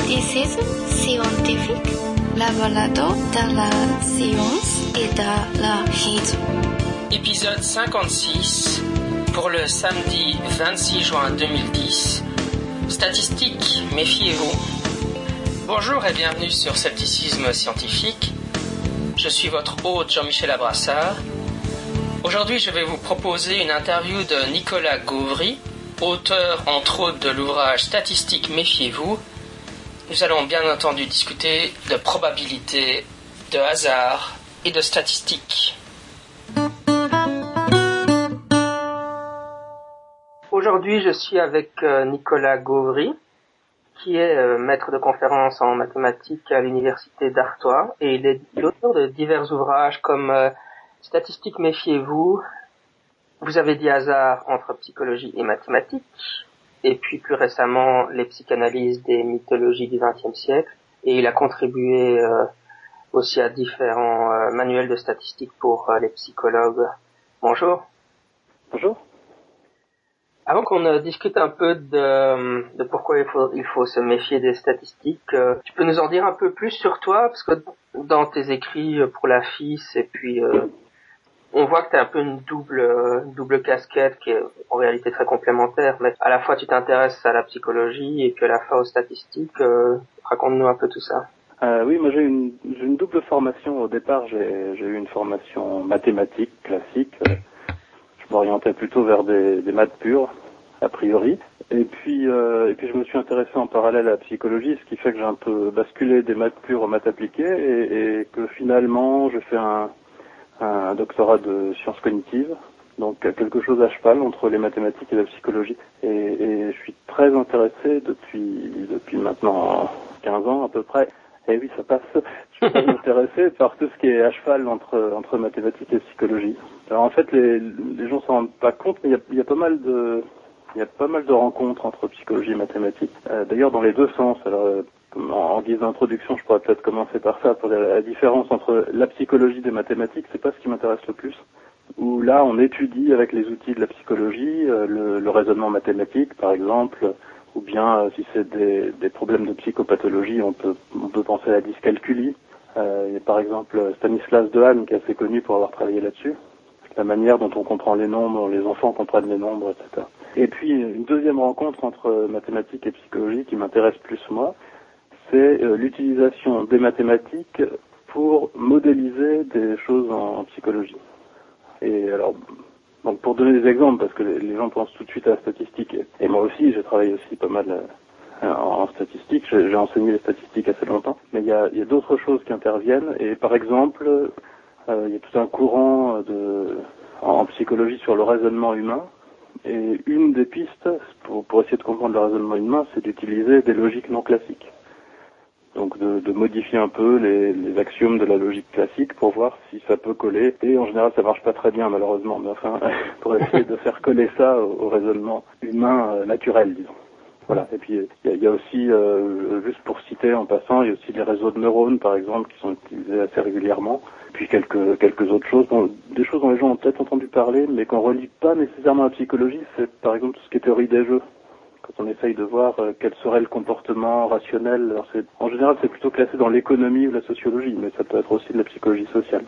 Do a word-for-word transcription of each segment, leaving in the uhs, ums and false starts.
Scepticisme scientifique, la balado de la science et de la raison. Épisode cinquante-six pour le samedi vingt-six juin deux mille dix. Statistiques, méfiez-vous. Bonjour et bienvenue sur Scepticisme scientifique. Je suis votre hôte Jean-Michel Abrassard. Aujourd'hui, je vais vous proposer une interview de Nicolas Gauvry, auteur entre autres de l'ouvrage Statistiques, méfiez-vous. Nous allons bien entendu discuter de probabilité, de hasard et de statistiques. Aujourd'hui, je suis avec Nicolas Gauvry, qui est maître de conférences en mathématiques à l'université d'Artois, et il est l'auteur de divers ouvrages comme Statistiques, méfiez-vous, vous avez dit hasard entre psychologie et mathématiques, et puis plus récemment les psychanalyses des mythologies du vingtième siècle, et il a contribué euh, aussi à différents euh, manuels de statistiques pour euh, les psychologues. Bonjour. Bonjour. Avant qu'on euh, discute un peu de, de pourquoi il faut, il faut se méfier des statistiques, euh, tu peux nous en dire un peu plus sur toi, parce que dans tes écrits pour la F I S et puis euh, on voit que tu as un peu une double euh, double casquette qui est en réalité très complémentaire, mais à la fois tu t'intéresses à la psychologie et puis à la fois aux statistiques. Euh, raconte-nous un peu tout ça. Euh, oui, moi j'ai une, j'ai une double formation. Au départ, j'ai, j'ai eu une formation mathématique classique. Je m'orientais plutôt vers des, des maths pures, a priori. Et puis, euh, et puis je me suis intéressé en parallèle à la psychologie, ce qui fait que j'ai un peu basculé des maths pures aux maths appliquées et, et que finalement j'ai fait un un doctorat de sciences cognitives, donc quelque chose à cheval entre les mathématiques et la psychologie. Et, et je suis très intéressé depuis depuis maintenant quinze ans à peu près. Et oui, ça passe. Je suis très intéressé par tout ce qui est à cheval entre entre mathématiques et psychologie. Alors en fait, les les gens s'en rendent pas compte, mais il y a, il y a pas mal de il y a pas mal de rencontres entre psychologie et mathématiques. Euh, d'ailleurs, dans les deux sens. Alors en guise d'introduction, je pourrais peut-être commencer par ça, pour la, la différence entre la psychologie et des mathématiques, c'est pas ce qui m'intéresse le plus. Où là, on étudie avec les outils de la psychologie, euh, le, le raisonnement mathématique, par exemple, ou bien euh, si c'est des, des problèmes de psychopathologie, on peut, on peut penser à la dyscalculie. Euh, il y a par exemple Stanislas Dehaene qui est assez connu pour avoir travaillé là-dessus, la manière dont on comprend les nombres, les enfants comprennent les nombres, et cetera. Et puis une deuxième rencontre entre mathématiques et psychologie qui m'intéresse plus moi, c'est euh, l'utilisation des mathématiques pour modéliser des choses en, en psychologie. Et alors, donc pour donner des exemples, parce que les, les gens pensent tout de suite à la statistique, et, et moi aussi, j'ai travaillé aussi pas mal euh, en, en statistique, j'ai, j'ai enseigné les statistiques assez longtemps, mais il y a, il y a d'autres choses qui interviennent, et par exemple, euh, il y a tout un courant de, en, en psychologie sur le raisonnement humain, et une des pistes pour, pour essayer de comprendre le raisonnement humain, c'est d'utiliser des logiques non classiques. Donc de, de modifier un peu les, les axiomes de la logique classique pour voir si ça peut coller. Et en général, ça marche pas très bien, malheureusement. Mais enfin, pour essayer de faire coller ça au, au raisonnement humain euh, naturel, disons. Voilà. Et puis il y, y a aussi, euh, juste pour citer en passant, il y a aussi les réseaux de neurones, par exemple, qui sont utilisés assez régulièrement. Puis quelques quelques autres choses, bon, des choses dont les gens ont peut-être entendu parler, mais qu'on relie pas nécessairement à la psychologie. C'est par exemple tout ce qui est théorie des jeux. Quand on essaye de voir euh, quel serait le comportement rationnel, alors c'est, en général c'est plutôt classé dans l'économie ou la sociologie, mais ça peut être aussi de la psychologie sociale.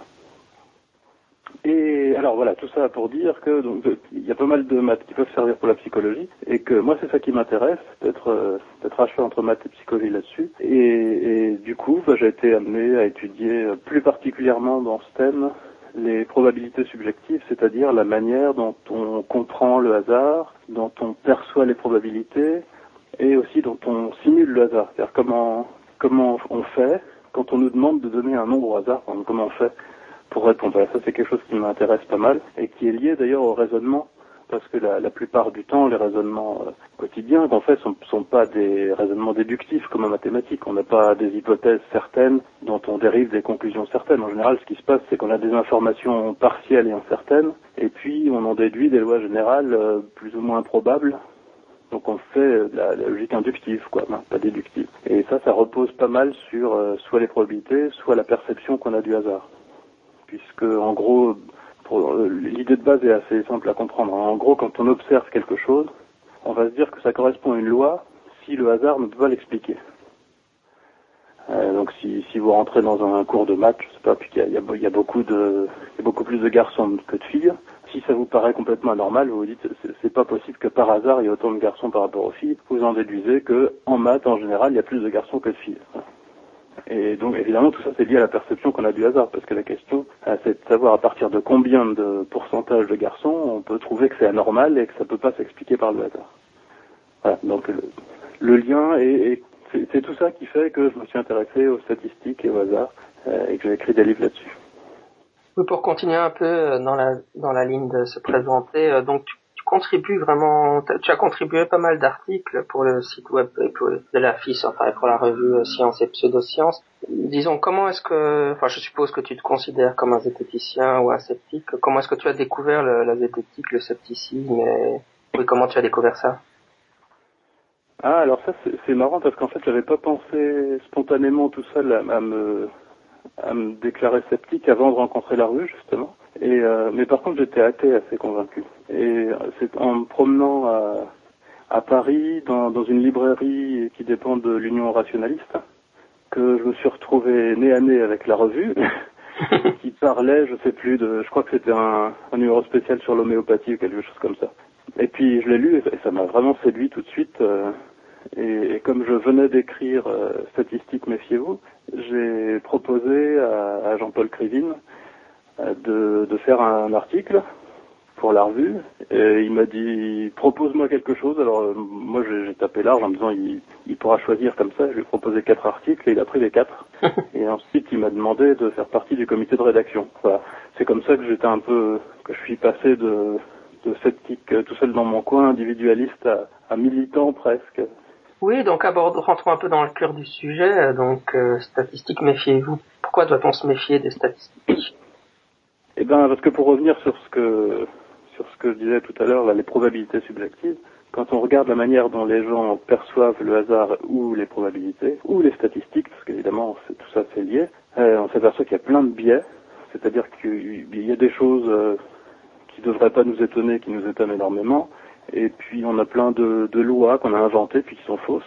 Et alors voilà, tout ça pour dire que donc il y a pas mal de maths qui peuvent servir pour la psychologie, et que moi c'est ça qui m'intéresse, d'être euh, d'être à cheval entre maths et psychologie là-dessus. Et, et du coup, bah, j'ai été amené à étudier euh, plus particulièrement dans ce thème les probabilités subjectives, c'est-à-dire la manière dont on comprend le hasard, dont on perçoit les probabilités, et aussi dont on simule le hasard. C'est-à-dire comment, comment on fait quand on nous demande de donner un nombre au hasard, comment on fait pour répondre. Ça, c'est quelque chose qui m'intéresse pas mal, et qui est lié d'ailleurs au raisonnement, parce que la, la plupart du temps, les raisonnements euh, quotidiens qu'on fait sont, sont pas des raisonnements déductifs comme en mathématiques. On n'a pas des hypothèses certaines dont on dérive des conclusions certaines. En général, ce qui se passe, c'est qu'on a des informations partielles et incertaines, et puis on en déduit des lois générales euh, plus ou moins improbables. Donc on fait la, la logique inductive, quoi, hein, pas déductive. Et ça, ça repose pas mal sur euh, soit les probabilités, soit la perception qu'on a du hasard. Puisque, en gros, pour, euh, l'idée de base est assez simple à comprendre. En gros, quand on observe quelque chose, on va se dire que ça correspond à une loi si le hasard ne peut pas l'expliquer. Euh, donc si, si vous rentrez dans un cours de maths, je sais pas, puis qu'il y a, il y a, il y a beaucoup de, il y a beaucoup plus de garçons que de filles, si ça vous paraît complètement anormal, vous vous dites c'est, c'est pas possible que par hasard il y ait autant de garçons par rapport aux filles, vous en déduisez que en maths en général il y a plus de garçons que de filles. Et donc évidemment tout ça c'est lié à la perception qu'on a du hasard, parce que la question c'est de savoir à partir de combien de pourcentage de garçons on peut trouver que c'est anormal et que ça peut pas s'expliquer par le hasard. Voilà, donc le, le lien est, est c'est, c'est tout ça qui fait que je me suis intéressé aux statistiques et au hasard euh, et que j'ai écrit des livres là-dessus. Pour continuer un peu dans la dans la ligne de se présenter, donc tu, tu contribues vraiment, tu as contribué pas mal d'articles pour le site web de la F I S, enfin pour la revue Sciences et Pseudosciences. Disons, comment est-ce que, enfin je suppose que tu te considères comme un zététicien ou un sceptique. Comment est-ce que tu as découvert le, la zététique, le scepticisme, et oui, comment tu as découvert ça? Ah, alors ça, c'est, c'est marrant parce qu'en fait, j'avais pas pensé spontanément tout seul à, à me à me déclarer sceptique avant de rencontrer la rue, justement. Et euh, mais par contre, j'étais athée assez convaincu. Et c'est en me promenant à, à Paris, dans, dans une librairie qui dépend de l'Union rationaliste, que je me suis retrouvé nez à nez avec la revue, qui parlait, je sais plus, de, je crois que c'était un, un numéro spécial sur l'homéopathie ou quelque chose comme ça. Et puis je l'ai lu et ça m'a vraiment séduit tout de suite. Euh, et, et comme je venais d'écrire euh, Statistiques, méfiez-vous, j'ai proposé à, à Jean-Paul Krivine euh, de, de faire un article pour la revue. Et il m'a dit propose-moi quelque chose. Alors euh, moi j'ai, j'ai tapé large en me disant il, il pourra choisir comme ça. Je lui ai proposé quatre articles et il a pris les quatre. Et ensuite il m'a demandé de faire partie du comité de rédaction. Voilà. C'est comme ça que j'étais un peu, que je suis passé de de sceptique tout seul dans mon coin, individualiste à, à militant presque. Oui, donc abord, rentrons un peu dans le cœur du sujet. Donc, euh, statistiques, méfiez-vous. Pourquoi doit-on se méfier des statistiques? Eh ben, parce que pour revenir sur ce que sur ce que je disais tout à l'heure, là, les probabilités subjectives, quand on regarde la manière dont les gens perçoivent le hasard ou les probabilités, ou les statistiques, parce qu'évidemment c'est, tout ça c'est lié, euh, on s'aperçoit qu'il y a plein de biais, c'est-à-dire qu'il y a des choses euh, qui ne devraient pas nous étonner, qui nous étonnent énormément, et puis on a plein de, de lois qu'on a inventées puis qui sont fausses,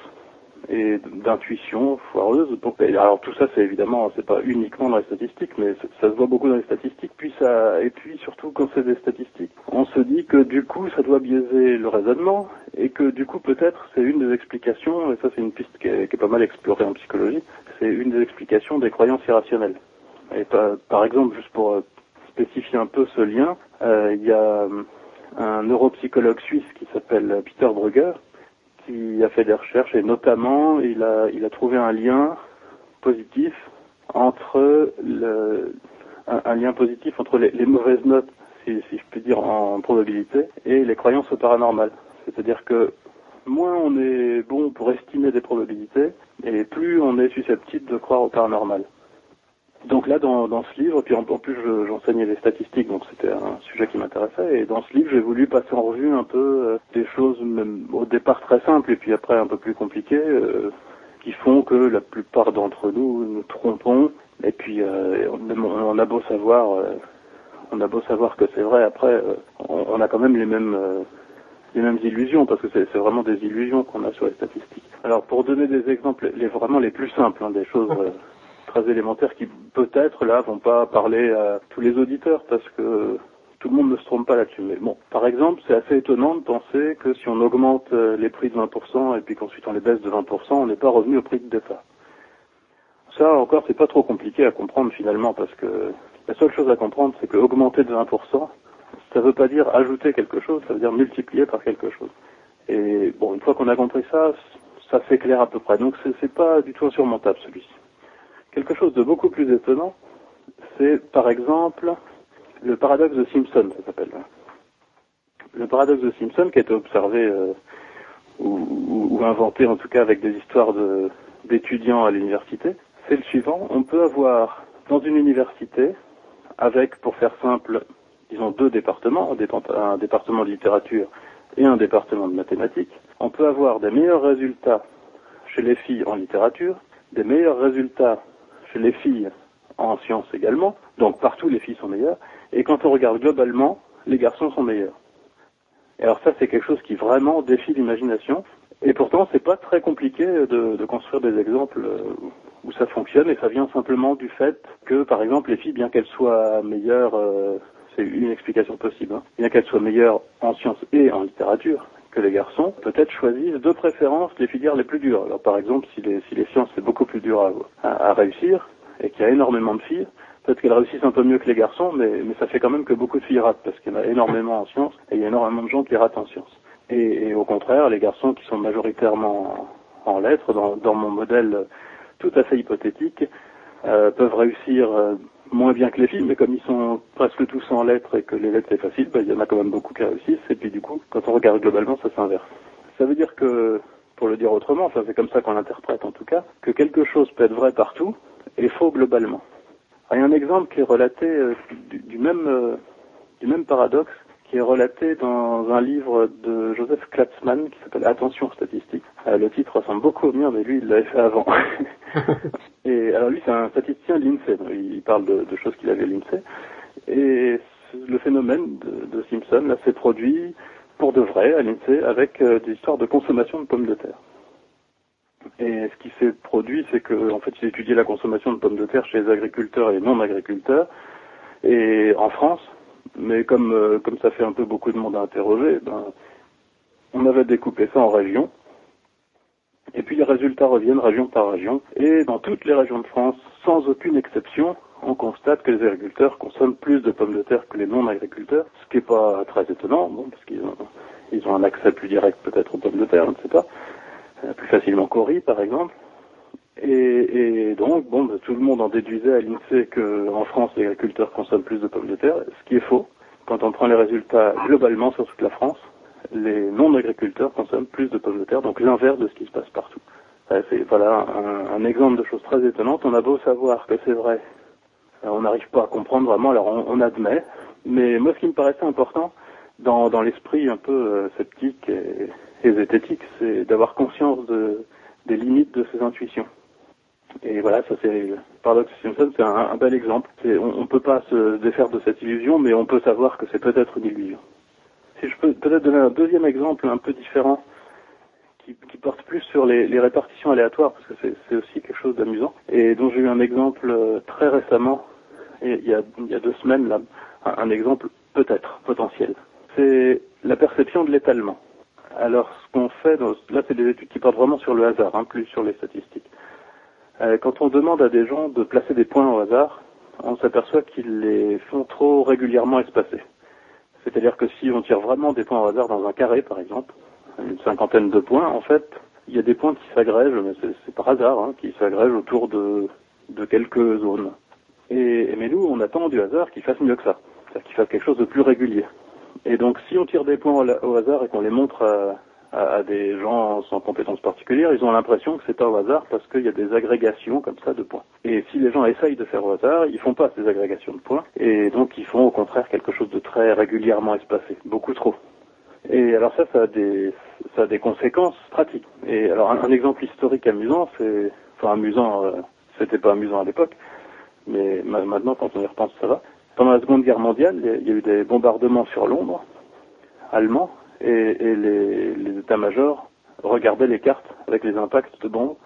et d'intuitions foireuses. Donc, alors tout ça c'est évidemment, c'est pas uniquement dans les statistiques, mais ça se voit beaucoup dans les statistiques, puis ça, et puis surtout quand c'est des statistiques, on se dit que du coup ça doit biaiser le raisonnement, et que du coup peut-être c'est une des explications, et ça c'est une piste qui est, qui est pas mal explorée en psychologie, c'est une des explications des croyances irrationnelles. Et par, par exemple, juste pour spécifier un peu ce lien, euh, il y a un neuropsychologue suisse qui s'appelle Peter Brugger qui a fait des recherches et notamment il a il a trouvé un lien positif entre le un, un lien positif entre les, les mauvaises notes, si, si je puis dire, en probabilité et les croyances au paranormal. C'est-à-dire que moins on est bon pour estimer des probabilités et plus on est susceptible de croire au paranormal. Donc là, dans, dans ce livre, puis en, en plus je, j'enseignais les statistiques, donc c'était un sujet qui m'intéressait, et dans ce livre, j'ai voulu passer en revue un peu euh, des choses, même au départ très simples, et puis après un peu plus compliquées, euh, qui font que la plupart d'entre nous nous trompons, et puis euh, on, on a beau savoir, euh, on a beau savoir que c'est vrai, après, euh, on, on a quand même les mêmes... Euh, les mêmes illusions, parce que c'est, c'est vraiment des illusions qu'on a sur les statistiques. Alors, pour donner des exemples, les, vraiment les plus simples, hein, des choses... Euh, très élémentaires qui peut-être là vont pas parler à tous les auditeurs parce que tout le monde ne se trompe pas là-dessus. Mais bon, par exemple, c'est assez étonnant de penser que si on augmente les prix de vingt pour cent et puis qu'ensuite on les baisse de vingt pour cent, on n'est pas revenu au prix de départ. Ça encore, c'est pas trop compliqué à comprendre finalement parce que la seule chose à comprendre, c'est que augmenter de vingt pour cent, ça veut pas dire ajouter quelque chose, ça veut dire multiplier par quelque chose. Et bon, une fois qu'on a compris ça, ça s'éclaire à peu près. Donc c'est, c'est pas du tout insurmontable celui-ci. Quelque chose de beaucoup plus étonnant, c'est par exemple le paradoxe de Simpson, ça s'appelle. Le paradoxe de Simpson qui a été observé euh, ou, ou, ou inventé en tout cas avec des histoires de, d'étudiants à l'université, c'est le suivant. On peut avoir dans une université, avec, pour faire simple, disons deux départements, un, départ, un département de littérature et un département de mathématiques, on peut avoir des meilleurs résultats chez les filles en littérature, des meilleurs résultats chez les filles en sciences également, donc partout les filles sont meilleures, et quand on regarde globalement, les garçons sont meilleurs. Et alors ça c'est quelque chose qui vraiment défie l'imagination, et pourtant c'est pas très compliqué de, de construire des exemples où ça fonctionne, et ça vient simplement du fait que, par exemple, les filles, bien qu'elles soient meilleures, euh, c'est une explication possible, hein, bien qu'elles soient meilleures en sciences et en littérature que les garçons, peut-être choisissent de préférence les filières les plus dures. Alors par exemple, si les, si les sciences c'est beaucoup plus dur à, à, à réussir, et qu'il y a énormément de filles, peut-être qu'elles réussissent un peu mieux que les garçons, mais, mais ça fait quand même que beaucoup de filles ratent, parce qu'il y en a énormément en sciences, et il y a énormément de gens qui ratent en sciences. Et, et au contraire, les garçons qui sont majoritairement en, en lettres, dans, dans mon modèle tout à fait hypothétique, euh, peuvent réussir euh, moins bien que les filles, mais comme ils sont presque tous en lettres et que les lettres c'est facile, bah, il y en a quand même beaucoup qui réussissent, et puis du coup, quand on regarde globalement, ça s'inverse. Ça veut dire que, pour le dire autrement, enfin c'est comme ça qu'on l'interprète en tout cas, que quelque chose peut être vrai partout et faux globalement. Alors, il y a un exemple qui est relaté euh, du, du même euh, du même paradoxe, qui est relaté dans un livre de Joseph Klatzmann qui s'appelle Attention statistique. Euh, le titre ressemble beaucoup au mien, mais lui il l'avait fait avant. Et alors lui c'est un statisticien de l'INSEE, il parle de, de choses qu'il avait à l'INSEE, et le phénomène de, de Simpson là s'est produit pour de vrai à l'INSEE avec euh, des histoires de consommation de pommes de terre. Et ce qui s'est produit, c'est que en fait il étudiait la consommation de pommes de terre chez les agriculteurs et les non-agriculteurs, et en France, mais comme euh, comme ça fait un peu beaucoup de monde à interroger, ben, on avait découpé ça en régions, et puis les résultats reviennent région par région, et dans toutes les régions de France, sans aucune exception, on constate que les agriculteurs consomment plus de pommes de terre que les non-agriculteurs, ce qui n'est pas très étonnant, bon, parce qu'ils ont, ils ont un accès plus direct peut-être aux pommes de terre, je ne sais pas, euh, plus facilement qu'au riz par exemple. Et, et donc, bon, bah, tout le monde en déduisait à l'INSEE qu'en France, les agriculteurs consomment plus de pommes de terre, ce qui est faux. Quand on prend les résultats globalement sur toute la France, les non-agriculteurs consomment plus de pommes de terre, donc l'inverse de ce qui se passe partout. Euh, c'est voilà un, un exemple de chose très étonnante. On a beau savoir que c'est vrai, euh, on n'arrive pas à comprendre vraiment, alors on, on admet, mais moi ce qui me paraissait important, dans, dans l'esprit un peu euh, sceptique et, et zététique, c'est d'avoir conscience de, des limites de ses intuitions. Et voilà, ça c'est le paradoxe de Simpson, c'est un, un bel exemple. C'est, on ne peut pas se défaire de cette illusion, mais on peut savoir que c'est peut-être une illusion. Si je peux peut-être donner un deuxième exemple un peu différent, qui, qui porte plus sur les, les répartitions aléatoires, parce que c'est, c'est aussi quelque chose d'amusant, et dont j'ai eu un exemple euh, très récemment, et il, y a, il y a deux semaines, là, un, un exemple peut-être, potentiel. C'est la perception de l'étalement. Alors ce qu'on fait, dans, là c'est des études qui portent vraiment sur le hasard, hein, plus sur les statistiques. Euh, quand on demande à des gens de placer des points au hasard, on s'aperçoit qu'ils les font trop régulièrement espacés. C'est-à-dire que si on tire vraiment des points au hasard dans un carré, par exemple, une cinquantaine de points, en fait, il y a des points qui s'agrègent, mais c'est, c'est par hasard, hein, qui s'agrègent autour de, de quelques zones. Et, mais nous, on attend du hasard qu'il fasse mieux que ça, c'est-à-dire qu'il fasse quelque chose de plus régulier. Et donc, si on tire des points au, au hasard et qu'on les montre à, à, à des gens sans compétences particulières, ils ont l'impression que c'est pas au hasard parce qu'il y a des agrégations comme ça de points. Et si les gens essayent de faire au hasard, ils font pas ces agrégations de points, et donc ils font au contraire quelque chose de très régulièrement espacé, beaucoup trop. Et alors ça, ça a des, ça a des conséquences pratiques. Et alors un, un exemple historique amusant, c'est, enfin amusant, euh, c'était pas amusant à l'époque, mais ma, maintenant quand on y repense, ça va. Pendant la Seconde Guerre mondiale, il y a eu des bombardements sur Londres, allemands, et, et les, les états-majors regardaient les cartes avec les impacts de bombes,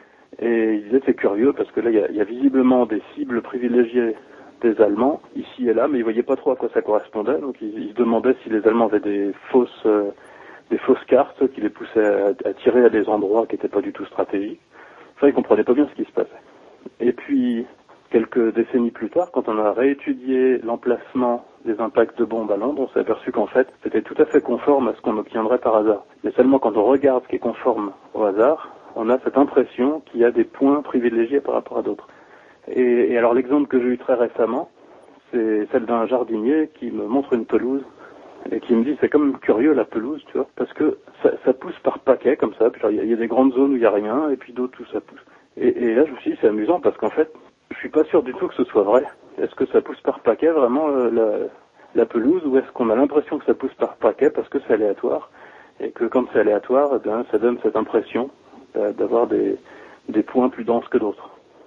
et ils disaient c'est curieux parce que là il y a, il y a visiblement des cibles privilégiées des Allemands, ici et là, mais ils voyaient pas trop à quoi ça correspondait, donc ils, ils se demandaient si les Allemands avaient des fausses, euh, des fausses cartes qui les poussaient à, à tirer à des endroits qui n'étaient pas du tout stratégiques. Enfin, ils comprenaient pas bien ce qui se passait. Et puis, quelques décennies plus tard, quand on a réétudié l'emplacement des impacts de bombes à Londres, on s'est aperçu qu'en fait, c'était tout à fait conforme à ce qu'on obtiendrait par hasard. Mais seulement quand on regarde ce qui est conforme au hasard, on a cette impression qu'il y a des points privilégiés par rapport à d'autres. Et, et alors l'exemple que j'ai eu très récemment, c'est celle d'un jardinier qui me montre une pelouse et qui me dit c'est comme curieux la pelouse, tu vois, parce que ça, ça pousse par paquets comme ça, puis il y, y a des grandes zones où il n'y a rien et puis d'autres où ça pousse. Et, et là je me suis dit c'est amusant parce qu'en fait je suis pas sûr du tout que ce soit vrai. Est-ce que ça pousse par paquet vraiment euh, la, la pelouse, ou est-ce qu'on a l'impression que ça pousse par paquet parce que c'est aléatoire, et que quand c'est aléatoire, eh bien, ça donne cette impression euh, d'avoir des, des points plus denses que d'autres.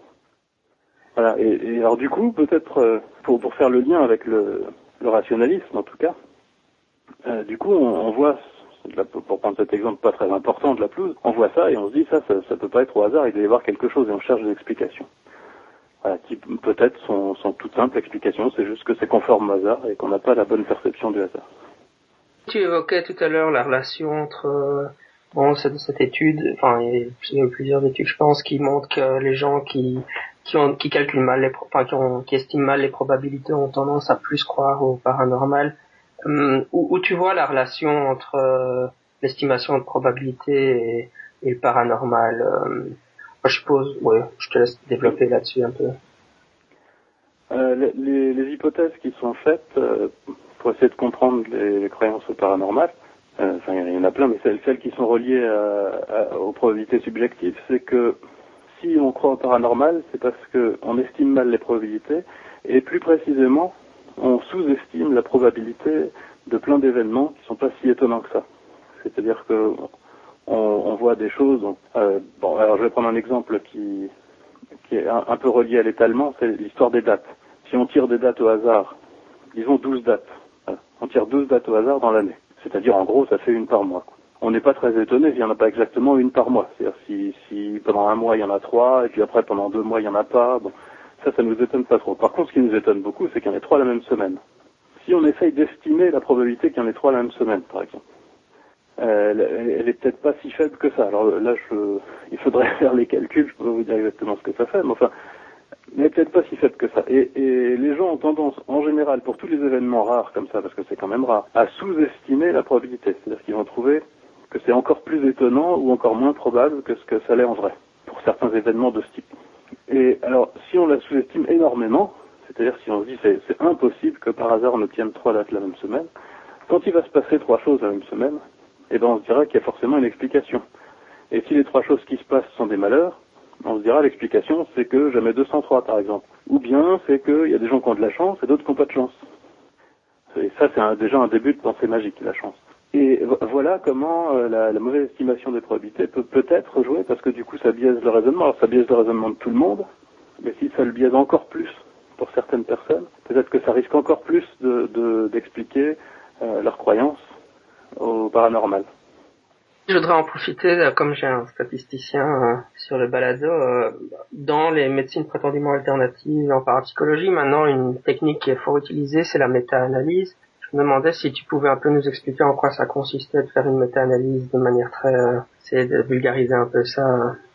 Voilà, et, et alors du coup, peut-être euh, pour, pour faire le lien avec le, le rationalisme en tout cas, euh, du coup on, on voit de la, pour prendre cet exemple pas très important de la pelouse, on voit ça et on se dit ça, ça, ça peut pas être au hasard, il doit y avoir quelque chose et on cherche des explications. Voilà, qui peut-être sont, sont toutes simples explications, c'est juste que c'est conforme au hasard et qu'on n'a pas la bonne perception du hasard. Tu évoquais tout à l'heure la relation entre euh, bon cette, cette étude, enfin il y a plusieurs études je pense qui montrent que les gens qui qui ont qui calculent mal les enfin qui, ont, qui estiment mal les probabilités ont tendance à plus croire au paranormal. Hum, où, où tu vois la relation entre euh, l'estimation de probabilité et, et le paranormal euh, je suppose, ouais, je te laisse développer là-dessus un peu. Euh, les, les, les hypothèses qui sont faites euh, pour essayer de comprendre les, les croyances au paranormal, euh, enfin il y en a plein, mais celles, celles qui sont reliées à, à, aux probabilités subjectives, c'est que si on croit au paranormal, c'est parce qu'on estime mal les probabilités, et plus précisément, on sous-estime la probabilité de plein d'événements qui sont pas si étonnants que ça. C'est-à-dire que on, on voit des choses. Donc, euh, bon, alors je vais prendre un exemple qui, qui est un, un peu relié à l'étalement, c'est l'histoire des dates. Si on tire des dates au hasard, disons douze dates, voilà, on tire douze dates au hasard dans l'année. C'est-à-dire, en gros, ça fait une par mois. On n'est pas très étonné, il n'y en a pas exactement une par mois. C'est-à-dire, si, si pendant un mois, il y en a trois, et puis après, pendant deux mois, il n'y en a pas, bon, ça, ça nous étonne pas trop. Par contre, ce qui nous étonne beaucoup, c'est qu'il y en ait trois la même semaine. Si on essaye d'estimer la probabilité qu'il y en ait trois la même semaine, par exemple, Euh, elle est peut-être pas si faible que ça. Alors là, je, il faudrait faire les calculs, je peux pas vous dire exactement ce que ça fait, mais enfin, elle est peut-être pas si faible que ça. Et, et les gens ont tendance, en général, pour tous les événements rares comme ça, parce que c'est quand même rare, à sous-estimer la probabilité. C'est-à-dire qu'ils vont trouver que c'est encore plus étonnant ou encore moins probable que ce que ça l'est en vrai, pour certains événements de ce type. Et alors, si on la sous-estime énormément, c'est-à-dire si on se dit c'est, c'est impossible que par hasard on obtienne trois dates la même semaine, quand il va se passer trois choses la même semaine, eh ben on se dira qu'il y a forcément une explication. Et si les trois choses qui se passent sont des malheurs, on se dira l'explication c'est que jamais deux cent trois par exemple. Ou bien c'est qu'il y a des gens qui ont de la chance et d'autres qui n'ont pas de chance. Et ça c'est un, déjà un début de pensée magique, la chance. Et voilà comment euh, la, la mauvaise estimation des probabilités peut peut-être jouer, parce que du coup ça biaise le raisonnement. Alors ça biaise le raisonnement de tout le monde, mais si ça le biaise encore plus pour certaines personnes, peut-être que ça risque encore plus de, de, d'expliquer euh, leurs croyances au paranormal. Je voudrais en profiter, comme j'ai un statisticien euh, sur le balado, euh, dans les médecines prétendument alternatives en parapsychologie, maintenant une technique qui est fort utilisée, c'est la méta-analyse. Je me demandais si tu pouvais un peu nous expliquer en quoi ça consistait de faire une méta-analyse de manière très... Euh, c'est de vulgariser un peu ça.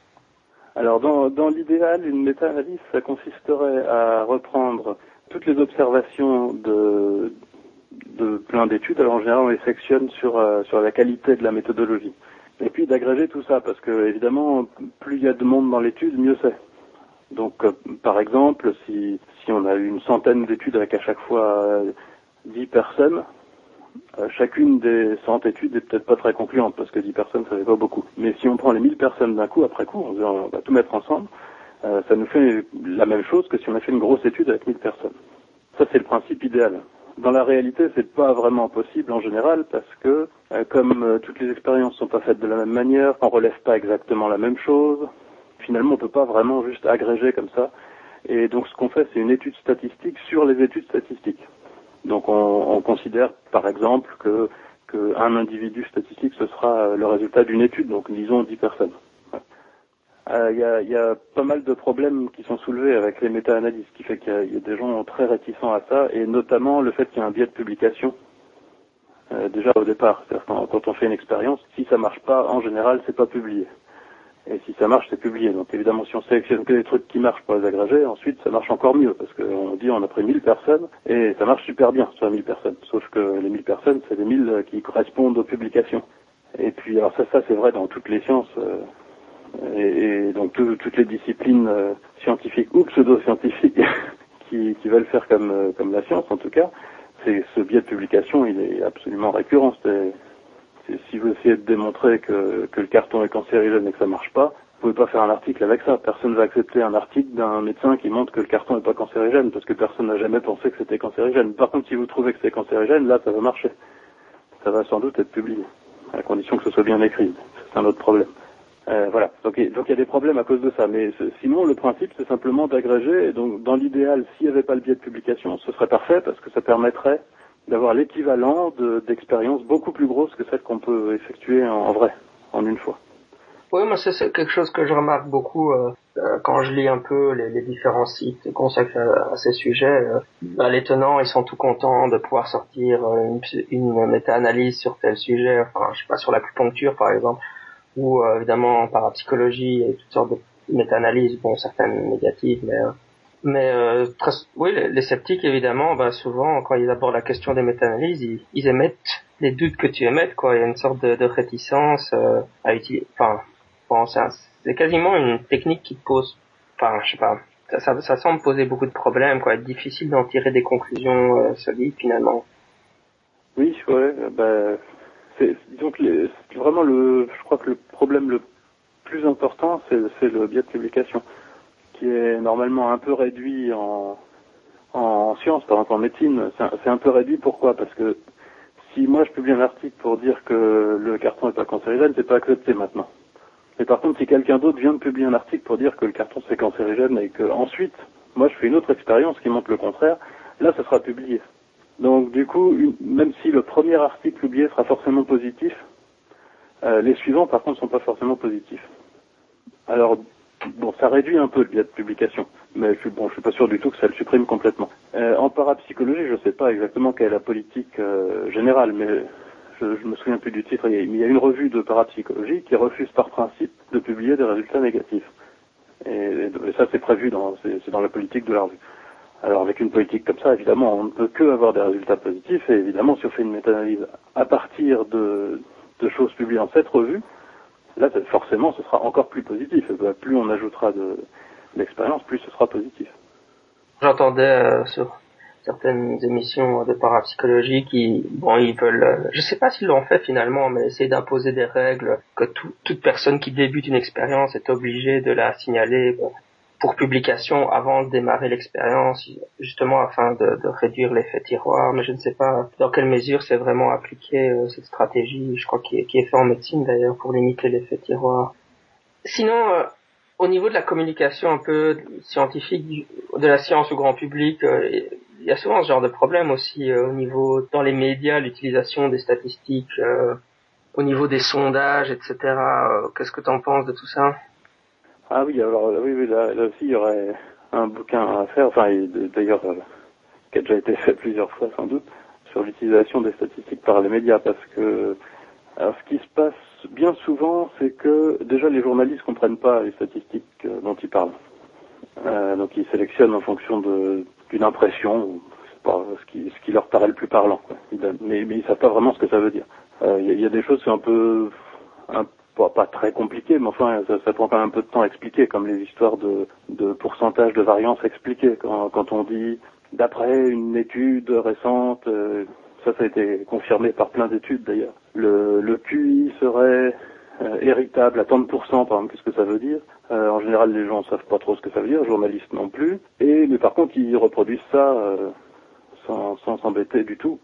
Alors dans, dans l'idéal, une méta-analyse, ça consisterait à reprendre toutes les observations de... de plein d'études. Alors en général on les sectionne sur euh, sur la qualité de la méthodologie et puis d'agréger tout ça, parce que évidemment plus il y a de monde dans l'étude, mieux c'est. Donc euh, par exemple si si on a eu une centaine d'études avec à chaque fois euh, dix personnes, euh, chacune des cent études est peut-être pas très concluante, parce que dix personnes ça fait pas beaucoup, mais si on prend les mille personnes d'un coup, après coup on, on va tout mettre ensemble, euh, ça nous fait la même chose que si on a fait une grosse étude avec mille personnes. Ça c'est le principe idéal. Dans la réalité, c'est pas vraiment possible en général, parce que euh, comme euh, toutes les expériences sont pas faites de la même manière, on relève pas exactement la même chose. Finalement, on peut pas vraiment juste agréger comme ça. Et donc, ce qu'on fait, c'est une étude statistique sur les études statistiques. Donc, on, on considère, par exemple, que qu'un individu statistique, ce sera le résultat d'une étude. Donc, disons dix personnes. Il euh, y, a, y a pas mal de problèmes qui sont soulevés avec les méta-analyses, ce qui fait qu'il y a, y a des gens très réticents à ça, et notamment le fait qu'il y a un biais de publication, euh, déjà au départ. C'est-à-dire quand, quand on fait une expérience, si ça marche pas, en général, c'est pas publié. Et si ça marche, c'est publié. Donc évidemment, si on sélectionne que les trucs qui marchent pour les agréger, ensuite ça marche encore mieux, parce qu'on dit on a pris mille personnes, et ça marche super bien sur les mille personnes. Sauf que les mille personnes, c'est les mille qui correspondent aux publications. Et puis, alors ça, ça c'est vrai dans toutes les sciences, euh, Et, et donc tout, toutes les disciplines euh, scientifiques ou pseudo-scientifiques qui, qui veulent faire comme, euh, comme la science en tout cas, c'est ce biais de publication, il est absolument récurrent. C'est, c'est, si vous essayez de démontrer que, que le carton est cancérigène et que ça marche pas, vous pouvez pas faire un article avec ça. Personne va accepter un article d'un médecin qui montre que le carton est pas cancérigène, parce que personne n'a jamais pensé que c'était cancérigène. Par contre, si vous trouvez que c'est cancérigène, là ça va marcher. Ça va sans doute être publié, à la condition que ce soit bien écrit. C'est un autre problème. Euh, voilà, donc, donc il y a des problèmes à cause de ça, mais sinon le principe c'est simplement d'agréger, et donc dans l'idéal, s'il n'y avait pas le biais de publication, ce serait parfait, parce que ça permettrait d'avoir l'équivalent de, d'expériences beaucoup plus grosses que celles qu'on peut effectuer en, en vrai, en une fois. Oui, moi c'est, c'est quelque chose que je remarque beaucoup euh, euh, quand je lis un peu les, les différents sites consacrés à, à ces sujets. Euh, bah, les tenants, ils sont tout contents de pouvoir sortir euh, une, une méta-analyse sur tel sujet, enfin je sais pas, sur l'acupuncture par exemple, ou euh, évidemment en parapsychologie et toutes sortes de méta-analyses, bon certaines négatives, mais euh, mais euh, très, oui, les, les sceptiques évidemment, bah souvent quand ils abordent la question des méta-analyses, ils, ils émettent les doutes que tu émettes, quoi. Il y a une sorte de, de réticence euh, à utiliser. Enfin, bon, c'est, un, c'est quasiment une technique qui pose, enfin, je sais pas, ça, ça, ça semble poser beaucoup de problèmes, quoi. C'est difficile d'en tirer des conclusions euh, solides finalement. Oui, ouais, bah, c'est, disons que les, c'est vraiment le, je crois que le problème le plus important, c'est, c'est le biais de publication, qui est normalement un peu réduit en, en sciences, par exemple en médecine. C'est un, c'est un peu réduit, pourquoi? Parce que si moi je publie un article pour dire que le carton n'est pas cancérigène, c'est pas accepté maintenant. Mais par contre, si quelqu'un d'autre vient de publier un article pour dire que le carton c'est cancérigène et que ensuite, moi je fais une autre expérience qui montre le contraire, là ça sera publié. Donc du coup, une, même si le premier article publié sera forcément positif, euh, les suivants par contre sont pas forcément positifs. Alors bon, ça réduit un peu le biais de publication, mais je suis bon, je suis pas sûr du tout que ça le supprime complètement. Euh, en parapsychologie, je sais pas exactement quelle est la politique euh, générale, mais je, je me souviens plus du titre. Il y a une revue de parapsychologie qui refuse par principe de publier des résultats négatifs. Et, et ça, c'est prévu dans, c'est, c'est dans la politique de la revue. Alors avec une politique comme ça, évidemment, on ne peut que avoir des résultats positifs, et évidemment, si on fait une méta-analyse à partir de, de choses publiées dans cette revue, là, forcément, ce sera encore plus positif. Et ben, plus on ajoutera de, d'expérience, plus ce sera positif. J'entendais euh, sur certaines émissions de parapsychologie qui, bon, ils veulent, euh, je sais pas s'ils l'ont fait finalement, mais essayer d'imposer des règles que tout, toute personne qui débute une expérience est obligée de la signaler bon, pour publication avant de démarrer l'expérience, justement afin de, de réduire l'effet tiroir. Mais je ne sais pas dans quelle mesure c'est vraiment appliqué euh, cette stratégie. Je crois qu'il est, qu'il est fait en médecine d'ailleurs pour limiter l'effet tiroir. Sinon. Euh, Au niveau de la communication un peu scientifique, de la science au grand public, euh, il y a souvent ce genre de problème aussi euh, au niveau, dans les médias, l'utilisation des statistiques, euh, au niveau des sondages, et cetera. Euh, qu'est-ce que tu en penses de tout ça? Ah oui, alors oui, oui là, là aussi il y aurait un bouquin à faire, enfin d'ailleurs euh, qui a déjà été fait plusieurs fois sans doute, sur l'utilisation des statistiques par les médias, parce que alors ce qui se passe bien souvent, c'est que déjà les journalistes comprennent pas les statistiques euh, dont ils parlent. Euh, donc ils sélectionnent en fonction de, d'une impression, c'est pas ce qui, ce qui leur paraît le plus parlant, quoi. Mais, mais ils savent pas vraiment ce que ça veut dire. Il euh, y, y a des choses c'est un peu, un, pas, pas très compliquées, mais enfin ça, ça prend quand même un peu de temps à expliquer, comme les histoires de, de pourcentage de variance expliquées. Quand, quand on dit d'après une étude récente. Euh, Ça, ça a été confirmé par plein d'études d'ailleurs. Le, le Q I serait euh, héritable à tant pour cent, par exemple, qu'est-ce que ça veut dire? euh, En général, les gens ne savent pas trop ce que ça veut dire, journalistes non plus. Et mais par contre, ils reproduisent ça euh, sans, sans s'embêter du tout.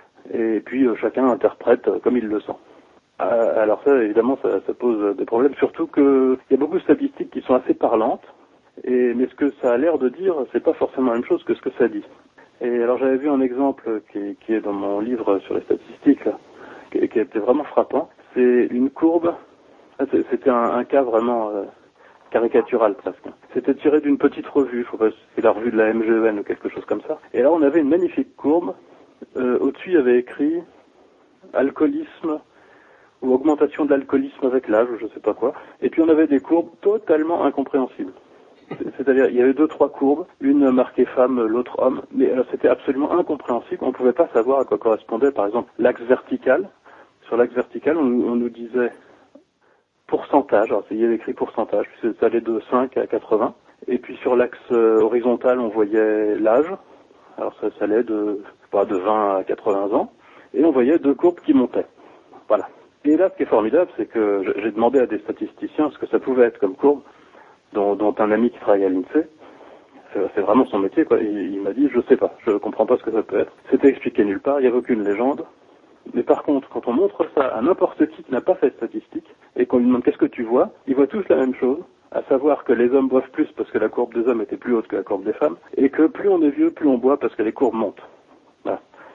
Et puis euh, chacun interprète euh, comme il le sent. Euh, alors ça, évidemment, ça, ça pose des problèmes. Surtout que il y a beaucoup de statistiques qui sont assez parlantes. Et mais ce que ça a l'air de dire, c'est pas forcément la même chose que ce que ça dit. Et alors j'avais vu un exemple qui, qui est dans mon livre sur les statistiques, là, qui, qui était vraiment frappant. C'est une courbe, c'était un, un cas vraiment euh, caricatural presque. C'était tiré d'une petite revue, je crois que c'est la revue de la M G E N ou quelque chose comme ça. Et là on avait une magnifique courbe, euh, au-dessus il y avait écrit alcoolisme ou augmentation de l'alcoolisme avec l'âge ou je sais pas quoi. Et puis on avait des courbes totalement incompréhensibles. C'est-à-dire, il y avait deux, trois courbes, une marquée femme, l'autre homme, mais alors, c'était absolument incompréhensible. On ne pouvait pas savoir à quoi correspondait, par exemple, l'axe vertical. Sur l'axe vertical, on, on nous disait pourcentage, alors il y avait écrit pourcentage, puis ça allait de cinq à quatre-vingts. Et puis sur l'axe euh, horizontal, on voyait l'âge, alors ça, ça allait de, pas, de vingt à quatre-vingts ans, et on voyait deux courbes qui montaient. Voilà. Et là, ce qui est formidable, c'est que j'ai demandé à des statisticiens ce que ça pouvait être comme courbe. Dont, dont un ami qui travaille à l'INSEE, c'est, c'est vraiment son métier, quoi. Il, il m'a dit, je sais pas, je comprends pas ce que ça peut être. C'était expliqué nulle part, il n'y avait aucune légende. Mais par contre, quand on montre ça à n'importe qui qui n'a pas fait de statistiques, et qu'on lui demande qu'est-ce que tu vois, ils voient tous la même chose, à savoir que les hommes boivent plus parce que la courbe des hommes était plus haute que la courbe des femmes, et que plus on est vieux, plus on boit parce que les courbes montent. Voilà.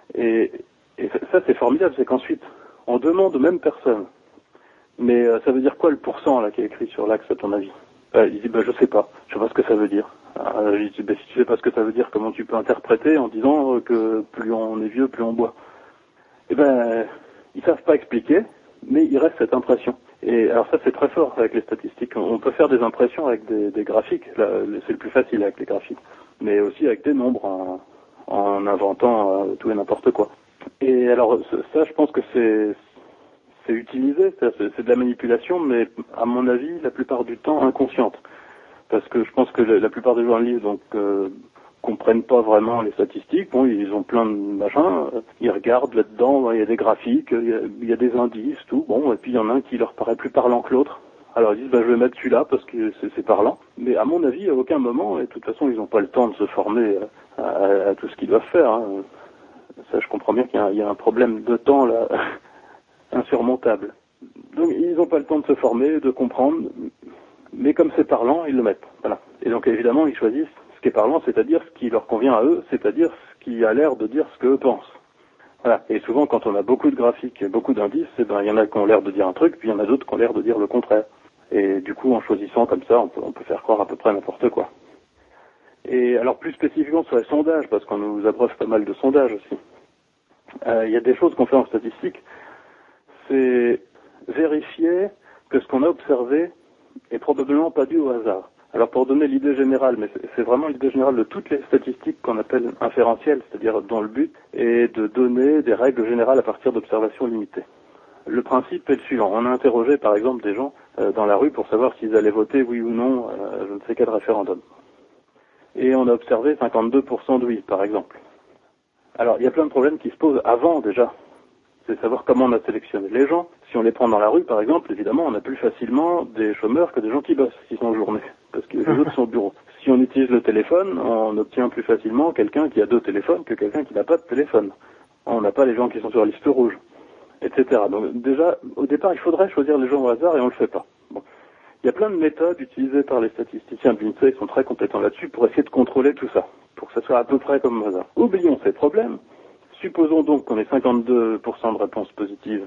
Et, et ça, c'est formidable, c'est qu'ensuite, on demande aux mêmes personnes, mais euh, ça veut dire quoi le pourcent là qui est écrit sur l'axe à ton avis? euh, Il dit, bah, je sais pas, je sais pas ce que ça veut dire. Euh, je dis, bah, si tu sais pas ce que ça veut dire, comment tu peux interpréter en disant que plus on est vieux, plus on boit? Eh ben, ils savent pas expliquer, mais il reste cette impression. Et alors ça, c'est très fort avec les statistiques. On peut faire des impressions avec des, des graphiques. Là, c'est le plus facile avec les graphiques, mais aussi avec des nombres en, en inventant euh, tout et n'importe quoi. Et alors ça, je pense que c'est c'est utilisé, c'est, c'est de la manipulation, mais à mon avis, la plupart du temps inconsciente, parce que je pense que la, la plupart des journalistes donc euh, comprennent pas vraiment les statistiques. Bon, ils ont plein de machins, ils regardent là-dedans, il y a des graphiques, il y a, il y a des indices, tout. Bon, et puis il y en a un qui leur paraît plus parlant que l'autre. Alors ils disent, bah, je vais mettre celui-là parce que c'est, c'est parlant. Mais à mon avis, à aucun moment, et de toute façon, ils n'ont pas le temps de se former à, à, à tout ce qu'ils doivent faire. Hein. Ça, je comprends bien qu'il y a, un, il y a un problème de temps là, insurmontable. Donc ils n'ont pas le temps de se former, de comprendre, mais comme c'est parlant, ils le mettent. Voilà. Et donc évidemment, ils choisissent ce qui est parlant, c'est-à-dire ce qui leur convient à eux, c'est-à-dire ce qui a l'air de dire ce qu'eux pensent. Voilà. Et souvent, quand on a beaucoup de graphiques et beaucoup d'indices, eh ben, il y en a qui ont l'air de dire un truc, puis il y en a d'autres qui ont l'air de dire le contraire. Et du coup, en choisissant comme ça, on peut, on peut faire croire à peu près n'importe quoi. Et alors, plus spécifiquement sur les sondages, parce qu'on nous abreuve pas mal de sondages aussi, euh, il y a des choses qu'on fait en statistique, c'est vérifier que ce qu'on a observé est probablement pas dû au hasard. Alors pour donner l'idée générale, mais c'est vraiment l'idée générale de toutes les statistiques qu'on appelle inférentielles, c'est-à-dire dont le but est de donner des règles générales à partir d'observations limitées. Le principe est le suivant. On a interrogé par exemple des gens euh, dans la rue pour savoir s'ils allaient voter oui ou non euh, je ne sais quel référendum. Et on a observé cinquante-deux pour cent de oui, par exemple. Alors il y a plein de problèmes qui se posent avant déjà. C'est savoir comment on a sélectionné les gens. Si on les prend dans la rue, par exemple, évidemment, on a plus facilement des chômeurs que des gens qui bossent, qui sont en journée, parce que les autres sont au bureau. Si on utilise le téléphone, on obtient plus facilement quelqu'un qui a deux téléphones que quelqu'un qui n'a pas de téléphone. On n'a pas les gens qui sont sur la liste rouge, et cetera. Donc déjà, au départ, il faudrait choisir les gens au hasard et on ne le fait pas. Bon. Il y a plein de méthodes utilisées par les statisticiens de l'INSEE, ils sont très compétents là-dessus, pour essayer de contrôler tout ça, pour que ça soit à peu près comme au hasard. Oublions ces problèmes. Supposons donc qu'on ait cinquante-deux pour cent de réponses positives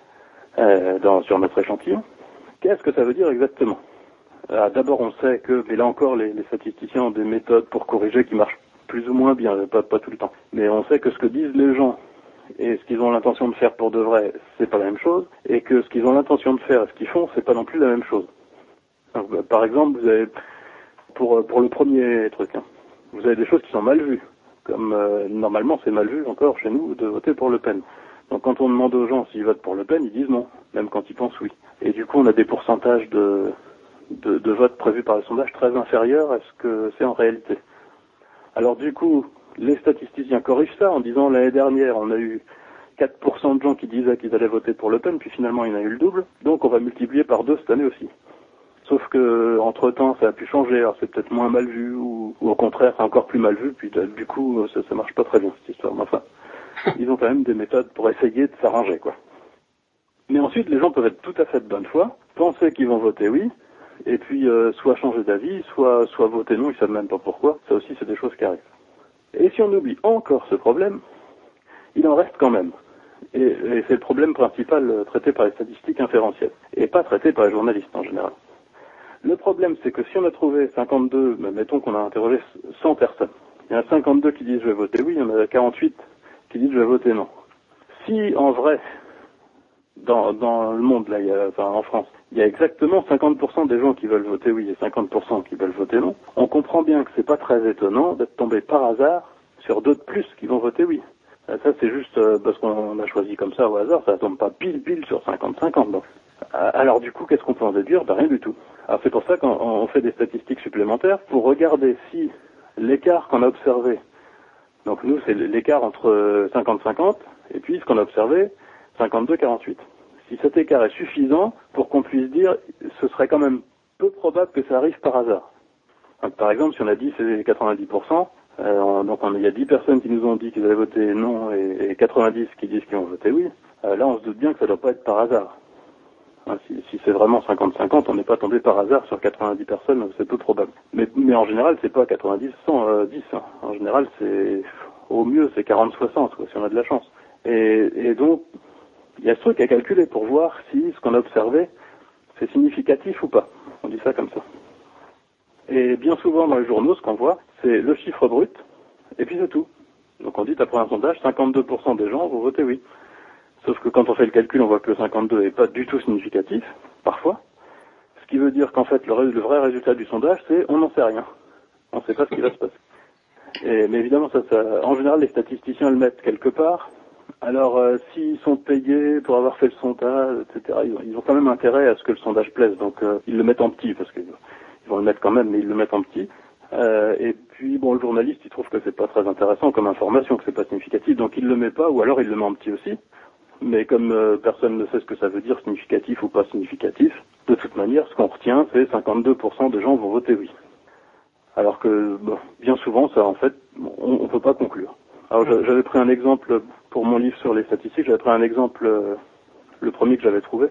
euh, dans, sur notre échantillon. Qu'est-ce que ça veut dire exactement? ah, D'abord, on sait que, mais là encore, les, les statisticiens ont des méthodes pour corriger qui marchent plus ou moins bien, pas, pas tout le temps. Mais on sait que ce que disent les gens et ce qu'ils ont l'intention de faire pour de vrai, c'est pas la même chose, et que ce qu'ils ont l'intention de faire et ce qu'ils font, c'est pas non plus la même chose. Donc, bah, par exemple, vous avez, pour, pour le premier truc, hein, vous avez des choses qui sont mal vues. Comme euh, normalement c'est mal vu encore chez nous de voter pour Le Pen. Donc quand on demande aux gens s'ils votent pour Le Pen, ils disent non, même quand ils pensent oui. Et du coup on a des pourcentages de, de, de votes prévus par le sondage très inférieurs à ce que c'est en réalité. Alors du coup, les statisticiens corrigent ça en disant l'année dernière on a eu quatre pour cent de gens qui disaient qu'ils allaient voter pour Le Pen, puis finalement il y en a eu le double, donc on va multiplier par deux cette année aussi. Sauf que entre temps ça a pu changer, alors c'est peut-être moins mal vu ou, ou au contraire c'est encore plus mal vu, puis du coup ça, ça marche pas très bien cette histoire. Mais enfin, ils ont quand même des méthodes pour essayer de s'arranger quoi. Mais ensuite les gens peuvent être tout à fait de bonne foi, penser qu'ils vont voter oui, et puis euh, soit changer d'avis, soit soit voter non, ils savent même pas pourquoi. Ça aussi c'est des choses qui arrivent. Et si on oublie encore ce problème, il en reste quand même. Et, et c'est le problème principal euh, traité par les statistiques inférentielles, et pas traité par les journalistes en général. Le problème, c'est que si on a trouvé cinquante-deux, mettons qu'on a interrogé cent personnes, il y en a cinquante-deux qui disent je vais voter oui, il y en a quarante-huit qui disent je vais voter non. Si en vrai, dans, dans le monde, là, il y a, enfin en France, il y a exactement cinquante pour cent des gens qui veulent voter oui et cinquante pour cent qui veulent voter non, on comprend bien que c'est pas très étonnant d'être tombé par hasard sur deux de plus qui vont voter oui. Ça c'est juste parce qu'on a choisi comme ça au hasard, ça tombe pas pile pile sur cinquante cinquante. Donc. Alors du coup, qu'est-ce qu'on peut en déduire? Ben, rien du tout. Alors c'est pour ça qu'on fait des statistiques supplémentaires pour regarder si l'écart qu'on a observé, donc nous c'est l'écart entre cinquante cinquante et puis ce qu'on a observé cinquante-deux quarante-huit. Si cet écart est suffisant pour qu'on puisse dire ce serait quand même peu probable que ça arrive par hasard. Donc, par exemple, si on a dit c'est quatre-vingt-dix pour cent, euh, donc il y a dix personnes qui nous ont dit qu'ils allaient voter non et, et quatre-vingt-dix qui disent qu'ils vont voter oui, euh, là on se doute bien que ça ne doit pas être par hasard. Hein, si si c'est vraiment cinquante cinquante, on n'est pas tombé par hasard sur quatre-vingt-dix personnes, c'est peu probable. Mais, mais en général, c'est pas quatre-vingt-dix, cent, euh, dix. Hein. En général, c'est Au mieux, c'est quarante soixante, quoi, si on a de la chance. Et, et donc, il y a ce truc à calculer pour voir si ce qu'on a observé, c'est significatif ou pas. On dit ça comme ça. Et bien souvent, dans les journaux, ce qu'on voit, c'est le chiffre brut, et puis c'est tout. Donc on dit, d'après un sondage, cinquante-deux pour cent des gens vont voter oui. Sauf que quand on fait le calcul, on voit que le cinquante-deux n'est pas du tout significatif, parfois. Ce qui veut dire qu'en fait, le, le vrai résultat du sondage, c'est on n'en sait rien. On ne sait pas ce qui va se passer. Et, mais évidemment, ça, ça, en général, les statisticiens le mettent quelque part. Alors, euh, s'ils sont payés pour avoir fait le sondage, et cetera, ils ont, ils ont quand même intérêt à ce que le sondage plaise. Donc, euh, ils le mettent en petit, parce qu'ils vont le mettre quand même, mais ils le mettent en petit. Euh, et puis, bon, le journaliste, il trouve que c'est pas très intéressant comme information, que c'est pas significatif, donc il le met pas, ou alors il le met en petit aussi. Mais comme euh, personne ne sait ce que ça veut dire, significatif ou pas significatif, de toute manière, ce qu'on retient, c'est cinquante-deux pour cent des gens vont voter oui. Alors que, bon, bien souvent, ça, en fait, on ne peut pas conclure. Alors, j'avais pris un exemple, pour mon livre sur les statistiques, j'avais pris un exemple, euh, le premier que j'avais trouvé,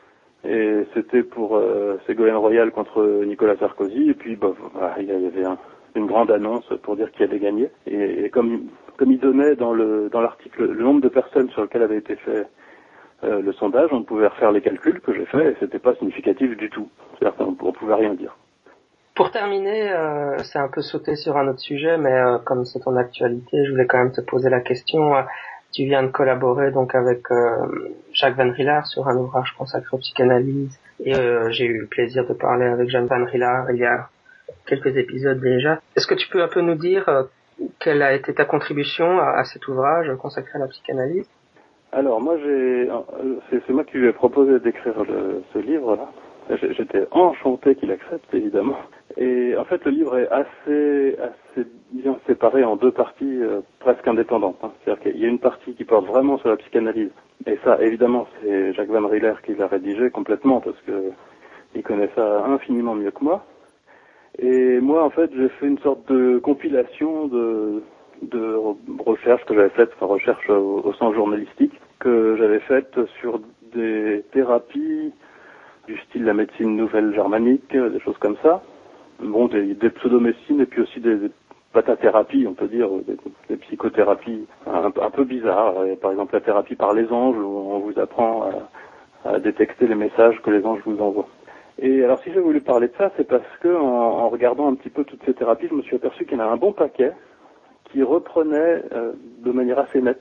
et c'était pour euh, Ségolène Royal contre Nicolas Sarkozy, et puis, bah, bah, il y avait un, une grande annonce pour dire qui allait gagner, et, et comme, comme il donnait dans le dans l'article le nombre de personnes sur lesquelles avait été fait euh, le sondage, on pouvait refaire les calculs que j'ai fait, et c'était pas significatif du tout. C'est-à-dire qu'on ne pouvait rien dire. Pour terminer, euh, c'est un peu sauté sur un autre sujet, mais euh, comme c'est ton actualité, je voulais quand même te poser la question. Euh, tu viens de collaborer donc avec euh, Jacques Van Rillard sur un ouvrage consacré aux psychanalyse, et euh, j'ai eu le plaisir de parler avec Jacques Van Rillard il y a quelques épisodes déjà. Est-ce que tu peux un peu nous dire euh, quelle a été ta contribution à, à cet ouvrage consacré à la psychanalyse? Alors moi, j'ai, c'est, c'est moi qui lui ai proposé d'écrire le, ce livre-là. J'étais enchanté qu'il accepte, évidemment. Et en fait, le livre est assez, assez bien séparé en deux parties euh, presque indépendantes. Hein. C'est-à-dire qu'il y a une partie qui porte vraiment sur la psychanalyse. Et ça, évidemment, c'est Jacques Van Rillard qui l'a rédigé complètement parce que il connaît ça infiniment mieux que moi. Et moi, en fait, j'ai fait une sorte de compilation de, de recherches que j'avais faites, enfin recherches au, au sens journalistique, que j'avais faites sur des thérapies du style la médecine nouvelle germanique, des choses comme ça. Bon, des, des pseudomédecines et puis aussi des, des patathérapies, on peut dire, des, des psychothérapies un, un peu bizarres. Par exemple, la thérapie par les anges, où on vous apprend à, à détecter les messages que les anges vous envoient. Et alors, si j'ai voulu parler de ça, c'est parce que en, en regardant un petit peu toutes ces thérapies, je me suis aperçu qu'il y en a un bon paquet qui reprenait euh, de manière assez nette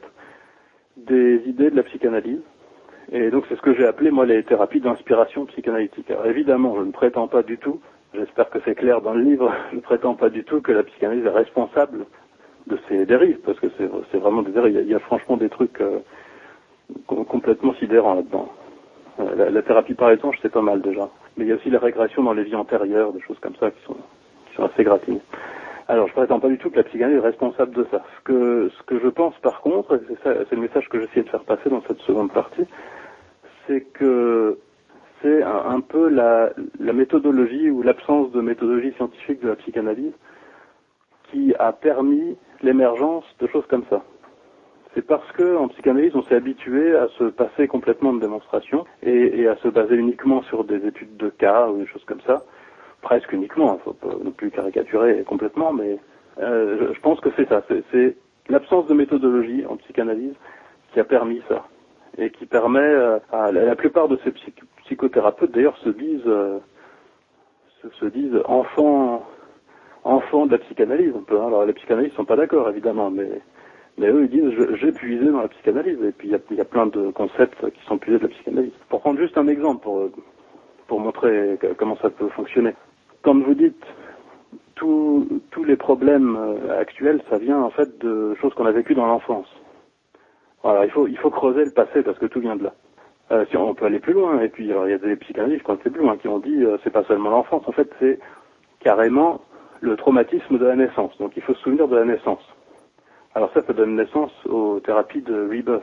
des idées de la psychanalyse. Et donc c'est ce que j'ai appelé, moi, les thérapies d'inspiration psychanalytique. Alors évidemment, je ne prétends pas du tout, j'espère que c'est clair dans le livre, je ne prétends pas du tout que la psychanalyse est responsable de ces dérives, parce que c'est, c'est vraiment des dérives. Il y a, il y a franchement des trucs euh, complètement sidérants là-dedans. Euh, la, la thérapie par les anges, c'est pas mal déjà. Mais il y a aussi la régression dans les vies antérieures, des choses comme ça qui sont, qui sont assez gratinées. Alors, je ne prétends pas du tout que la psychanalyse est responsable de ça. Ce que, ce que je pense, par contre, et c'est, ça, c'est le message que j'essayais de faire passer dans cette seconde partie, c'est que c'est un, un peu la, la méthodologie ou l'absence de méthodologie scientifique de la psychanalyse qui a permis l'émergence de choses comme ça. C'est parce que en psychanalyse, on s'est habitué à se passer complètement de démonstration et, et à se baser uniquement sur des études de cas ou des choses comme ça. Presque uniquement, il ne faut pas non plus caricaturer complètement, mais euh, je, je pense que c'est ça. C'est, c'est l'absence de méthodologie en psychanalyse qui a permis ça. Et qui permet euh, à la, la plupart de ces psych- psychothérapeutes, d'ailleurs, se disent, euh, se, se disent enfants, enfants de la psychanalyse un peu. Hein. Alors les psychanalystes ne sont pas d'accord, évidemment, mais, mais eux, ils disent je, j'ai puisé dans la psychanalyse. Et puis il y, y a plein de concepts qui sont puisés de la psychanalyse. Pour prendre juste un exemple, pour, pour montrer comment ça peut fonctionner. Quand vous dites tous tous les problèmes actuels, ça vient en fait de choses qu'on a vécues dans l'enfance. Voilà, il faut il faut creuser le passé parce que tout vient de là. Euh, si on peut aller plus loin, et puis alors il y a des psychanalystes qui ont été plus loin, qui ont dit euh, c'est pas seulement l'enfance, en fait c'est carrément le traumatisme de la naissance. Donc il faut se souvenir de la naissance. Alors ça, ça donne naissance aux thérapies de rebirth,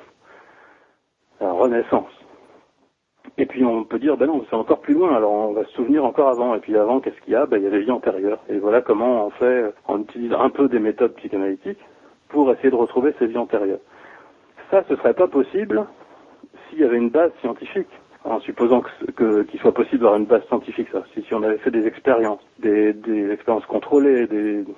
la renaissance. Et puis on peut dire ben non, c'est encore plus loin, alors on va se souvenir encore avant. Et puis avant, qu'est-ce qu'il y a? Ben il y a les vies antérieures. Et voilà comment on fait, on utilise un peu des méthodes psychanalytiques pour essayer de retrouver ces vies antérieures. Ça, ce serait pas possible s'il y avait une base scientifique, en supposant que, que, qu'il soit possible d'avoir une base scientifique. Ça. Si, si on avait fait des expériences, des, des expériences contrôlées, des,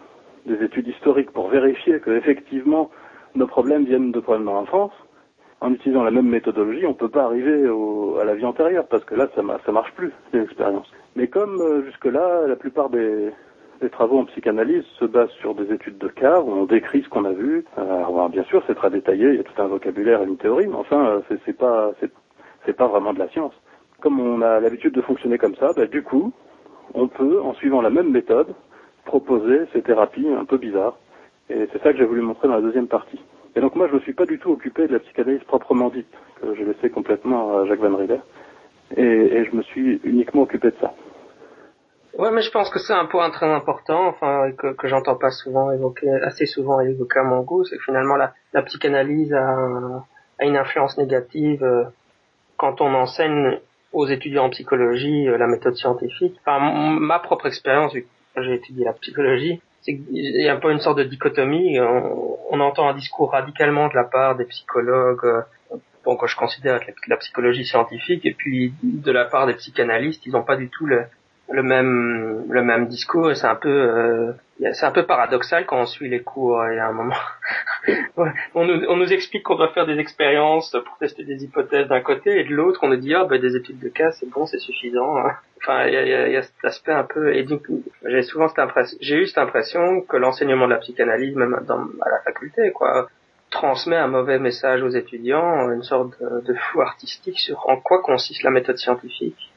des études historiques pour vérifier que effectivement nos problèmes viennent de problèmes dans l'enfance, en utilisant la même méthodologie, on ne peut pas arriver au, à la vie antérieure, parce que là, ça ne marche plus, les expériences. Mais comme euh, jusque-là, la plupart des, des travaux en psychanalyse se basent sur des études de cas, où on décrit ce qu'on a vu, alors, bien sûr, c'est très détaillé, il y a tout un vocabulaire et une théorie, mais enfin, c'est, c'est pas, c'est, c'est pas vraiment de la science. Comme on a l'habitude de fonctionner comme ça, bah, du coup, on peut, en suivant la même méthode, proposer ces thérapies un peu bizarres. Et c'est ça que j'ai voulu montrer dans la deuxième partie. Et donc moi, je ne me suis pas du tout occupé de la psychanalyse proprement dite, que j'ai laissé complètement à Jacques Van Riebeeck. Et, et je me suis uniquement occupé de ça. Ouais, mais je pense que c'est un point très important, enfin, que, que j'entends pas souvent évoquer, assez souvent évoqué à mon goût, c'est que finalement la, la psychanalyse a, a une influence négative euh, quand on enseigne aux étudiants en psychologie euh, la méthode scientifique. Enfin, m- ma propre expérience, vu que j'ai étudié la psychologie, c'est qu'il y a un peu une sorte de dichotomie. On, on entend un discours radicalement de la part des psychologues, euh, bon, que je considère être la, la psychologie scientifique, et puis de la part des psychanalystes, ils n'ont pas du tout le, le même le même discours, et c'est un peu euh, c'est un peu paradoxal quand on suit les cours. Et à un moment, ouais, on nous on nous explique qu'on doit faire des expériences pour tester des hypothèses d'un côté, et de l'autre on nous dit ah ben des études de cas c'est bon, c'est suffisant. Enfin, il y a, y, a, y a cet aspect un peu, et donc j'ai souvent cette impression, j'ai eu cette impression que l'enseignement de la psychanalyse, même dans, à la faculté, quoi, transmet un mauvais message aux étudiants, une sorte de, de flou artistique sur en quoi consiste la méthode scientifique.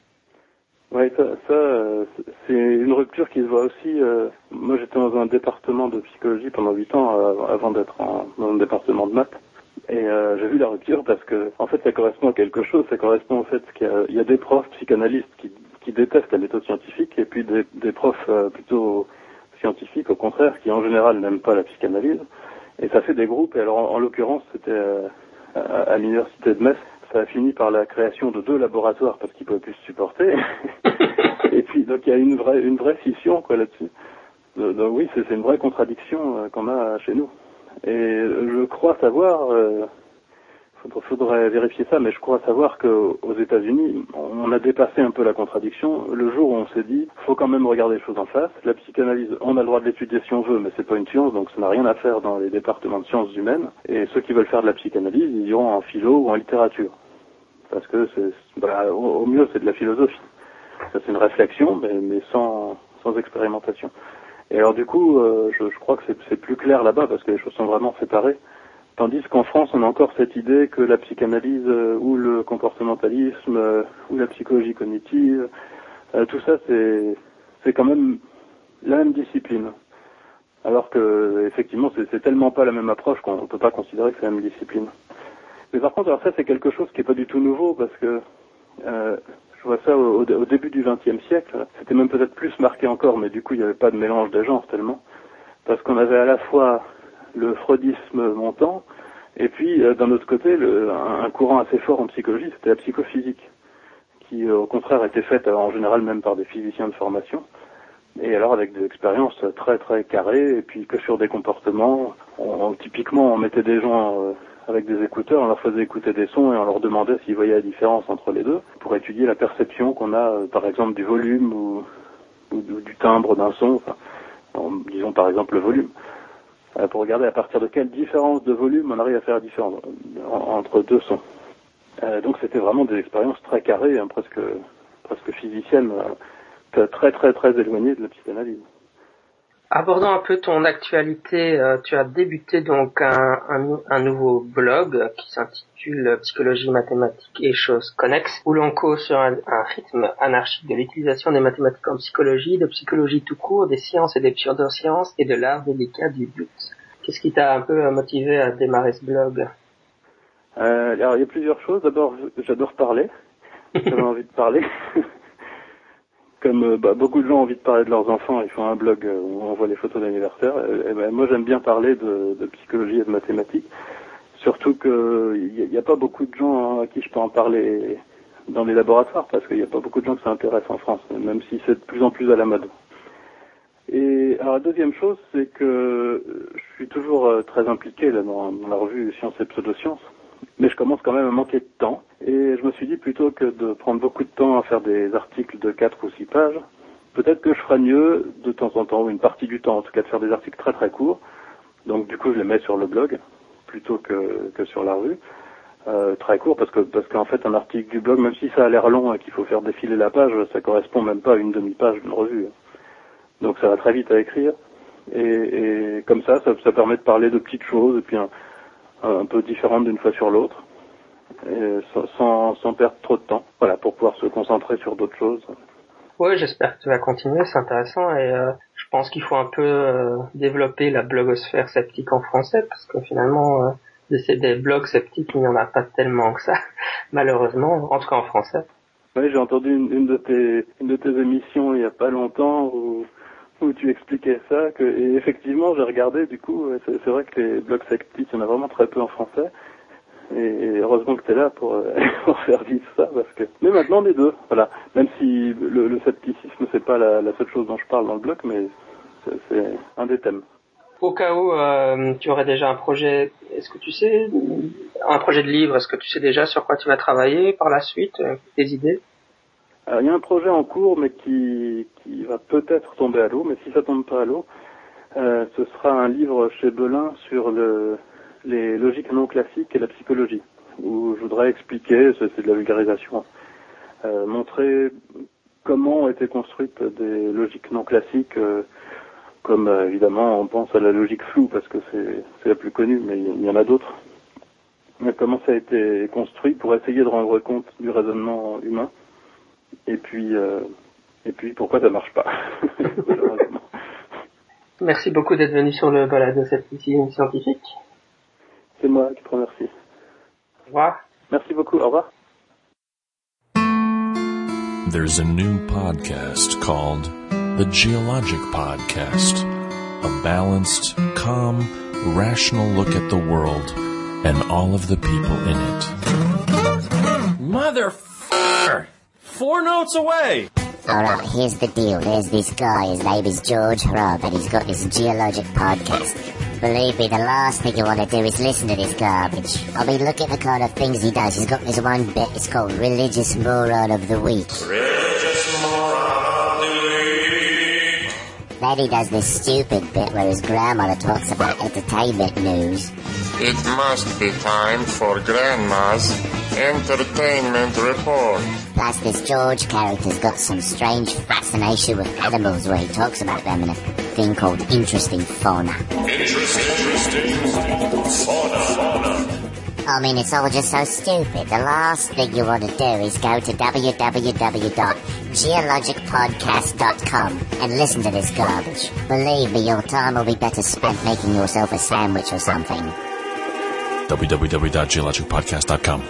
Oui, ça, ça c'est une rupture qui se voit aussi. Euh, moi, j'étais dans un département de psychologie pendant huit ans euh, avant d'être en, dans un département de maths. Et euh, j'ai vu la rupture parce que, en fait, ça correspond à quelque chose. Ça correspond au fait qu'il y a, il y a des profs psychanalystes qui, qui détestent la méthode scientifique, et puis des, des profs euh, plutôt scientifiques, au contraire, qui en général n'aiment pas la psychanalyse. Et ça fait des groupes. Et alors, en, en l'occurrence, c'était euh, à, à l'université de Metz. Ça a fini par la création de deux laboratoires parce qu'ils ne pouvaient plus se supporter. Et puis, donc, il y a une vraie, une vraie scission, quoi, là-dessus. Donc, oui, c'est, c'est une vraie contradiction euh, qu'on a chez nous. Et je crois savoir, euh, faudrait, faudrait vérifier ça, mais je crois savoir qu'aux États-Unis, on a dépassé un peu la contradiction le jour où on s'est dit, faut quand même regarder les choses en face. La psychanalyse, on a le droit de l'étudier si on veut, mais c'est pas une science, donc ça n'a rien à faire dans les départements de sciences humaines. Et ceux qui veulent faire de la psychanalyse, ils iront en philo ou en littérature. Parce que c'est, bah, au, au mieux, c'est de la philosophie. Ça, c'est une réflexion, mais, mais sans, sans expérimentation. Et alors du coup, euh, je, je crois que c'est, c'est plus clair là-bas parce que les choses sont vraiment séparées. Tandis qu'en France, on a encore cette idée que la psychanalyse euh, ou le comportementalisme euh, ou la psychologie cognitive, euh, tout ça, c'est, c'est quand même la même discipline. Alors que effectivement, c'est, c'est tellement pas la même approche qu'on ne peut pas considérer que c'est la même discipline. Mais par contre, alors ça, c'est quelque chose qui est pas du tout nouveau parce que euh, je vois ça au, au début du vingtième siècle. C'était même peut-être plus marqué encore, mais du coup, il n'y avait pas de mélange des genres tellement. Parce qu'on avait à la fois le freudisme montant, et puis, euh, d'un autre côté, le, un, un courant assez fort en psychologie, c'était la psychophysique, qui, euh, au contraire, était faite, alors, en général, même par des physiciens de formation, et alors avec des expériences très, très carrées, et puis que sur des comportements. On, on, typiquement, on mettait des gens... Euh, avec des écouteurs, on leur faisait écouter des sons et on leur demandait s'ils voyaient la différence entre les deux pour étudier la perception qu'on a, euh, par exemple, du volume ou, ou, ou du timbre d'un son, enfin, en, disons par exemple le volume, euh, pour regarder à partir de quelle différence de volume on arrive à faire la différence en, entre deux sons. Euh, donc c'était vraiment des expériences très carrées, hein, presque, presque physiciennes, euh, très très très éloignées de la psychanalyse. Abordant un peu ton actualité, euh, tu as débuté donc un, un, un nouveau blog qui s'intitule Psychologie mathématique et choses connexes, où l'on cause sur un, un rythme anarchique de l'utilisation des mathématiques en psychologie, de psychologie tout court, des sciences et des pseudosciences et de l'art délicat du doute. Qu'est-ce qui t'a un peu motivé à démarrer ce blog ? euh, Alors il y a plusieurs choses. D'abord, j'adore parler. J'avais envie de parler. Comme euh, bah, beaucoup de gens ont envie de parler de leurs enfants, ils font un blog où on voit les photos d'anniversaire. Et, et ben, moi, j'aime bien parler de, de psychologie et de mathématiques. Surtout qu'il n'y a, a pas beaucoup de gens à qui je peux en parler dans les laboratoires, parce qu'il n'y a pas beaucoup de gens qui s'intéressent en France, même si c'est de plus en plus à la mode. Et alors, la deuxième chose, c'est que je suis toujours euh, très impliqué là, dans, dans la revue Sciences et Pseudosciences. Mais je commence quand même à manquer de temps. Et je me suis dit, plutôt que de prendre beaucoup de temps à faire des articles de quatre ou six pages, peut-être que je ferais mieux de temps en temps, ou une partie du temps en tout cas, de faire des articles très très courts. Donc du coup je les mets sur le blog plutôt que, que sur la rue. Euh, très court parce que parce qu'en fait un article du blog, même si ça a l'air long et qu'il faut faire défiler la page, ça correspond même pas à une demi-page d'une revue. Donc ça va très vite à écrire. Et, et comme ça, ça, ça permet de parler de petites choses et puis un, un peu différentes d'une fois sur l'autre, et sans, sans perdre trop de temps. Voilà, pour pouvoir se concentrer sur d'autres choses. Oui, j'espère que tu vas continuer, c'est intéressant, et euh, je pense qu'il faut un peu euh, développer la blogosphère sceptique en français, parce que finalement, euh, des, des blogs sceptiques, il n'y en a pas tellement que ça, malheureusement, en tout cas en français. Oui, j'ai entendu une, une de tes une de tes émissions il y a pas longtemps où où tu expliquais ça, que et effectivement j'ai regardé, du coup c'est, c'est vrai que les blogs sceptiques, il y en a vraiment très peu en français. Et, et heureusement que tu es là pour, euh, pour faire vivre ça, parce que... Mais maintenant, les deux, voilà. Même si le, le scepticisme, c'est pas la, la seule chose dont je parle dans le blog, mais c'est, c'est un des thèmes. Au cas où euh, tu aurais déjà un projet, est-ce que tu sais, un projet de livre, est-ce que tu sais déjà sur quoi tu vas travailler par la suite, euh, tes idées? Alors, il y a un projet en cours, mais qui, qui va peut-être tomber à l'eau, mais si ça tombe pas à l'eau, euh, ce sera un livre chez Belin sur le... les logiques non classiques et la psychologie, où je voudrais expliquer, c'est, c'est de la vulgarisation, euh, montrer comment ont été construites des logiques non classiques, euh, comme euh, évidemment on pense à la logique floue parce que c'est, c'est la plus connue, mais il y en a d'autres. Mais comment ça a été construit pour essayer de rendre compte du raisonnement humain, et puis euh, et puis pourquoi ça marche pas. Merci beaucoup d'être venu sur le balado scepticisme scientifique. C'est moi qui te remercie. Au revoir. Merci beaucoup. Au revoir. There's a new podcast called The Geologic Podcast. A balanced, calm, rational look at the world and all of the people in it. Motherfucker! Four notes away! Alright, here's the deal. There's this guy, his name is George Hrab, and he's got this geologic podcast. Believe me, the last thing you want to do is listen to this garbage. I mean, look at the kind of things he does. He's got this one bit, it's called Religious Moron of the Week. Religious Moron of the Week. Then he does this stupid bit where his grandmother talks about entertainment news. It must be time for Grandma's entertainment report. Plus, this George character's got some strange fascination with animals where he talks about them in a thing called Interesting Fauna. Interesting, interesting fauna, fauna. I mean, it's all just so stupid. The last thing you want to do is go to w w w dot geologic podcast dot com and listen to this garbage. Believe me, your time will be better spent making yourself a sandwich or something. w w w dot geologic podcast dot com.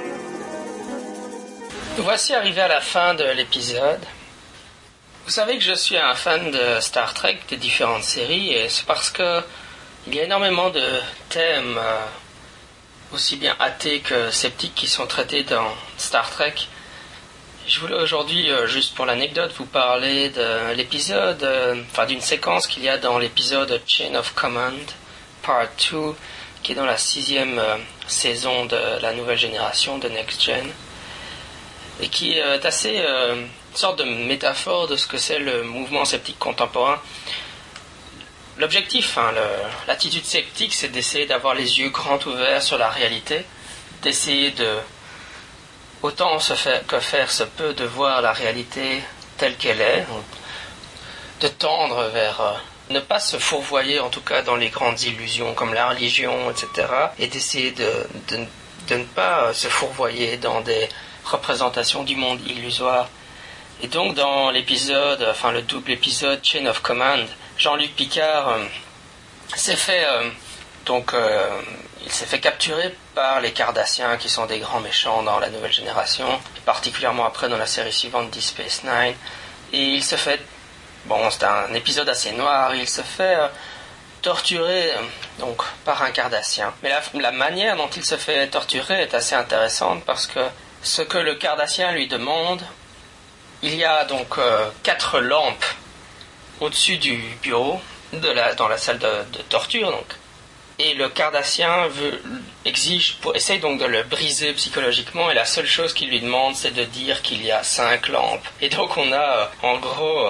Nous voici arrivés à la fin de l'épisode. Vous savez que je suis un fan de Star Trek, des différentes séries, et c'est parce que il y a énormément de thèmes euh, aussi bien athées que sceptiques qui sont traités dans Star Trek. Je voulais aujourd'hui, euh, juste pour l'anecdote, vous parler de l'épisode, euh, enfin d'une séquence qu'il y a dans l'épisode Chain of Command, Part deux, qui est dans la sixième euh, saison de la nouvelle génération de Next Gen, et qui est assez euh, une sorte de métaphore de ce que c'est le mouvement sceptique contemporain. L'objectif, hein, le, l'attitude sceptique, c'est d'essayer d'avoir les yeux grands ouverts sur la réalité, d'essayer de, autant se faire, que faire se peut, de voir la réalité telle qu'elle est, de tendre vers... Euh, ne pas se fourvoyer, en tout cas dans les grandes illusions comme la religion, et cetera, et d'essayer de, de, de ne pas se fourvoyer dans des représentation du monde illusoire. Et donc dans l'épisode, enfin le double épisode Chain of Command, Jean-Luc Picard euh, s'est fait euh, donc euh, il s'est fait capturer par les Cardassiens qui sont des grands méchants dans la nouvelle génération, particulièrement après dans la série suivante Deep Space Nine, et il se fait, bon c'est un épisode assez noir, il se fait euh, torturé euh, donc par un Cardassien. Mais la, la manière dont il se fait torturer est assez intéressante parce que ce que le Cardassien lui demande, il y a donc euh, quatre lampes au-dessus du bureau, de la, dans la salle de, de torture, donc. Et le Cardassien veut, exige, pour, essaye donc de le briser psychologiquement, et la seule chose qu'il lui demande, c'est de dire qu'il y a cinq lampes. Et donc on a, euh, en gros, euh,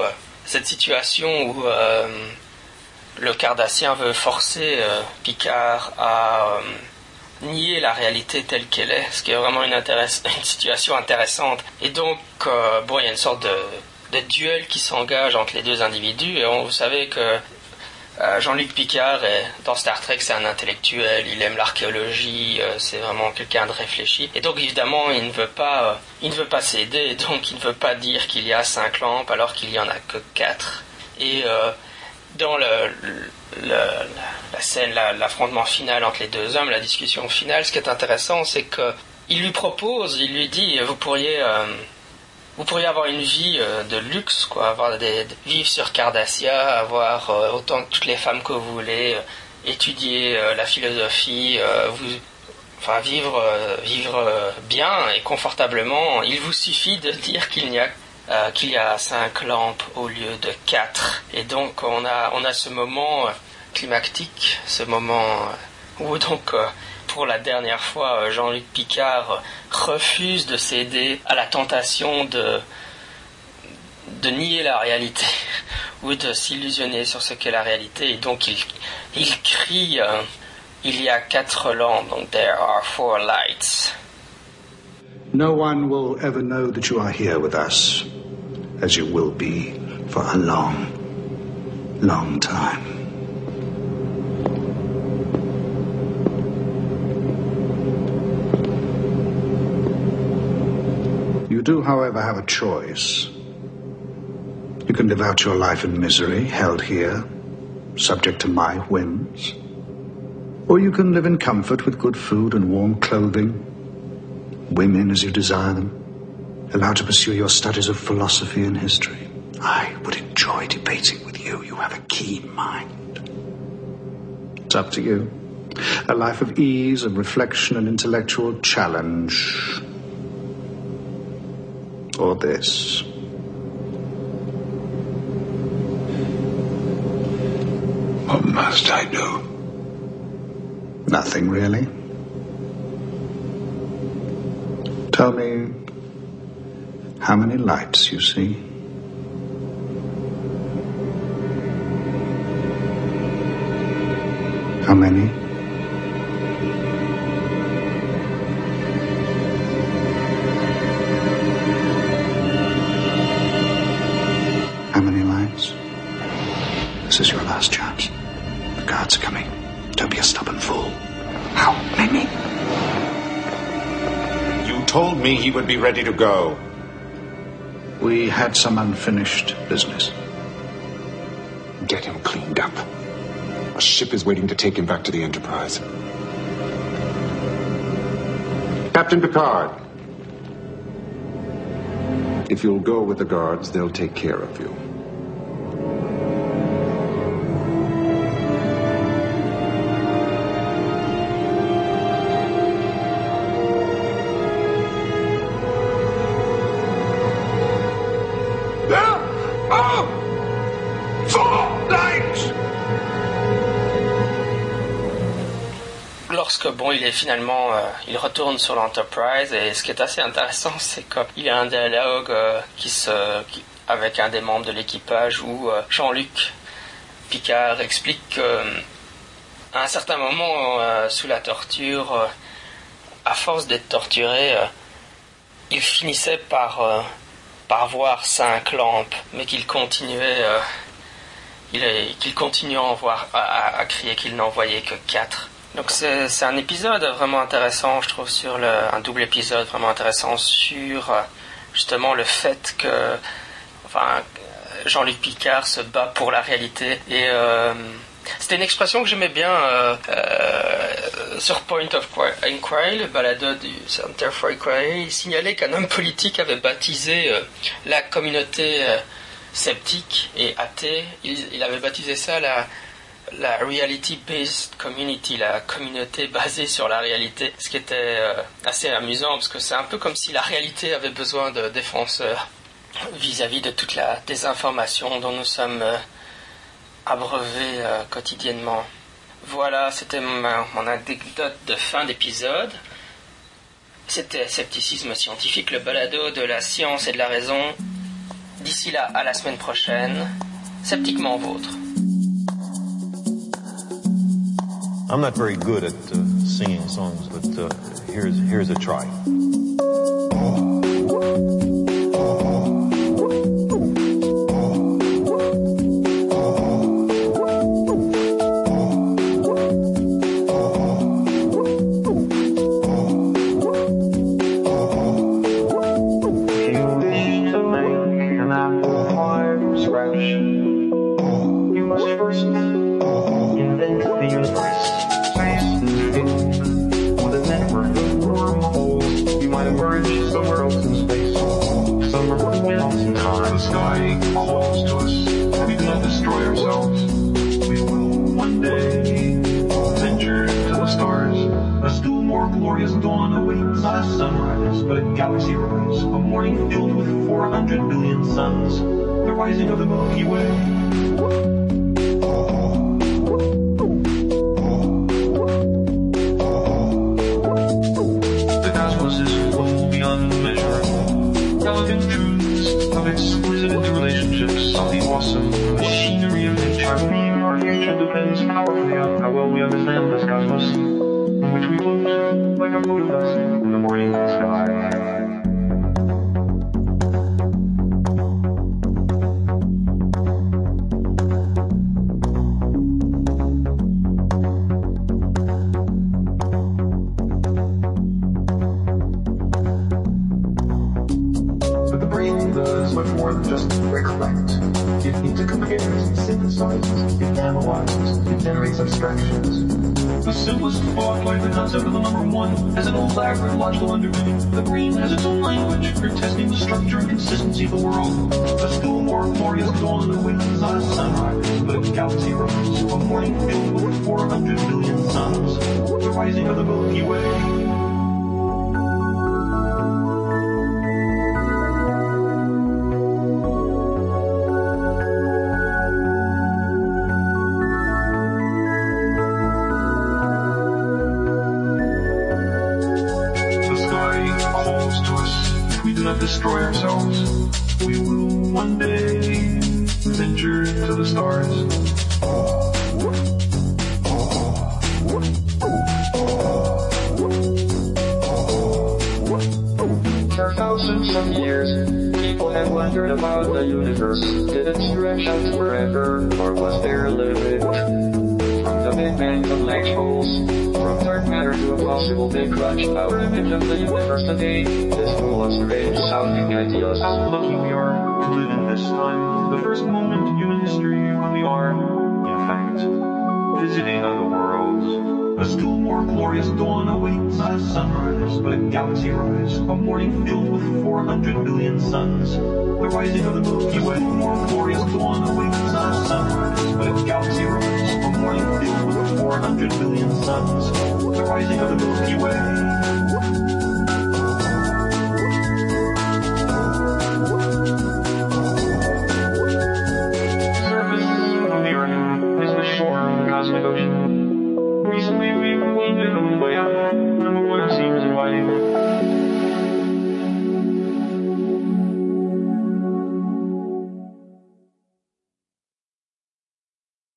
cette situation où euh, le Cardassien veut forcer euh, Picard à euh, nier la réalité telle qu'elle est, ce qui est vraiment une, intéress- une situation intéressante. Et donc, euh, bon, il y a une sorte de, de duel qui s'engage entre les deux individus. Et on, vous savez que euh, Jean-Luc Picard, est, dans Star Trek, c'est un intellectuel, il aime l'archéologie, euh, c'est vraiment quelqu'un de réfléchi. Et donc, évidemment, il ne veut pas, euh, il ne veut pas céder, et donc il ne veut pas dire qu'il y a cinq lampes alors qu'il n'y en a que quatre. Et euh, dans le, le, la, la scène, la, l'affrontement final entre les deux hommes, la discussion finale, ce qui est intéressant, c'est qu'il lui propose, il lui dit, vous pourriez, euh, vous pourriez avoir une vie euh, de luxe, quoi, avoir des, de, vivre sur Cardassia, avoir euh, autant que toutes les femmes que vous voulez, euh, étudier euh, la philosophie, euh, vous, enfin vivre, euh, vivre euh, bien et confortablement. Il vous suffit de dire qu'il n'y a Euh, qu'il y a cinq lampes au lieu de quatre. Et donc on a, on a ce moment euh, climactique, ce moment euh, où donc euh, pour la dernière fois euh, Jean-Luc Picard euh, refuse de céder à la tentation de, de nier la réalité ou de s'illusionner sur ce qu'est la réalité. Et donc il, il crie euh, il y a quatre lampes, donc there are four lights. No one will ever know that you are here with us, as you will be for a long, long time. You do, however, have a choice. You can live out your life in misery, held here, subject to my whims. Or you can live in comfort with good food and warm clothing, women as you desire them, allowed to pursue your studies of philosophy and history. I would enjoy debating with you. You have a keen mind. It's up to you. A life of ease and reflection and intellectual challenge. Or this. What must I do? Nothing, really. Tell me how many lights you see. How many? How many lights? This is your last chance. The guards are coming. Don't be a stubborn fool. How many? You told me he would be ready to go. We had some unfinished business. Get him cleaned up. A ship is waiting to take him back to the Enterprise. Captain Picard. If you'll go with the guards, they'll take care of you. Lorsque bon, il est finalement, euh, il retourne sur l'Enterprise, et ce qui est assez intéressant, c'est qu'il y a un dialogue euh, qui se, qui, avec un des membres de l'équipage où euh, Jean-Luc Picard explique qu'à un certain moment, euh, sous la torture, euh, à force d'être torturé, euh, il finissait par, euh, par voir cinq lampes, mais qu'il continuait, euh, il, qu'il continuait à, en voir, à, à crier qu'il n'en voyait que quatre. Donc c'est, c'est un épisode vraiment intéressant, je trouve, sur le, un double épisode vraiment intéressant sur justement le fait que, enfin, Jean-Luc Picard se bat pour la réalité. Et euh, c'était une expression que j'aimais bien euh, euh, sur Point of Inquiry, le balado du Center for Inquiry. Il signalait qu'un homme politique avait baptisé euh, la communauté euh, sceptique et athée. Il, il avait baptisé ça la la reality-based community, la communauté basée sur la réalité, ce qui était euh, assez amusant, parce que c'est un peu comme si la réalité avait besoin de défenseurs vis-à-vis de toute la désinformation dont nous sommes euh, abreuvés euh, quotidiennement. Voilà, c'était ma, mon anecdote de fin d'épisode. C'était Scepticisme scientifique, le balado de la science et de la raison, D'ici là, à la semaine prochaine, sceptiquement vôtre. I'm not very good at uh, singing songs, but uh, here's here's a try. Rising of the Milky Way. The cosmos is full beyond measure. Elegant truths of exquisite interrelationships of the awesome machinery of nature. Our future depends powerfully on how well we understand this cosmos, in which we float like a mote of dust in the morning sky. The simplest thought, like the concept of the number one, has an elaborate logical underpinning. The brain has its own language for testing the structure and consistency of the world. A still more glorious dawn awakens on a sunrise, but a galaxy rose, a morning filled with four hundred billion suns, the rising of the Milky Way. Destroy ourselves, we will one day venture into the stars. For thousands of years, people have wondered about the universe. Did it stretch out forever, or was there a limit? From the Big Bang to black holes, from dark matter to a possible Big Crunch, our image of the universe today is full of strange sounding ideas. How lucky we are to live in this time, the first moment in human history when we are, in fact, visiting other worlds. A still more glorious dawn awaits not a sunrise, but a galaxy rise, a morning filled with four hundred billion suns. The rising of the Milky Way, more glorious dawn awaits not a sunrise, but a galaxy rise, a morning filled with four hundred billion suns. The rising of the Milky Way.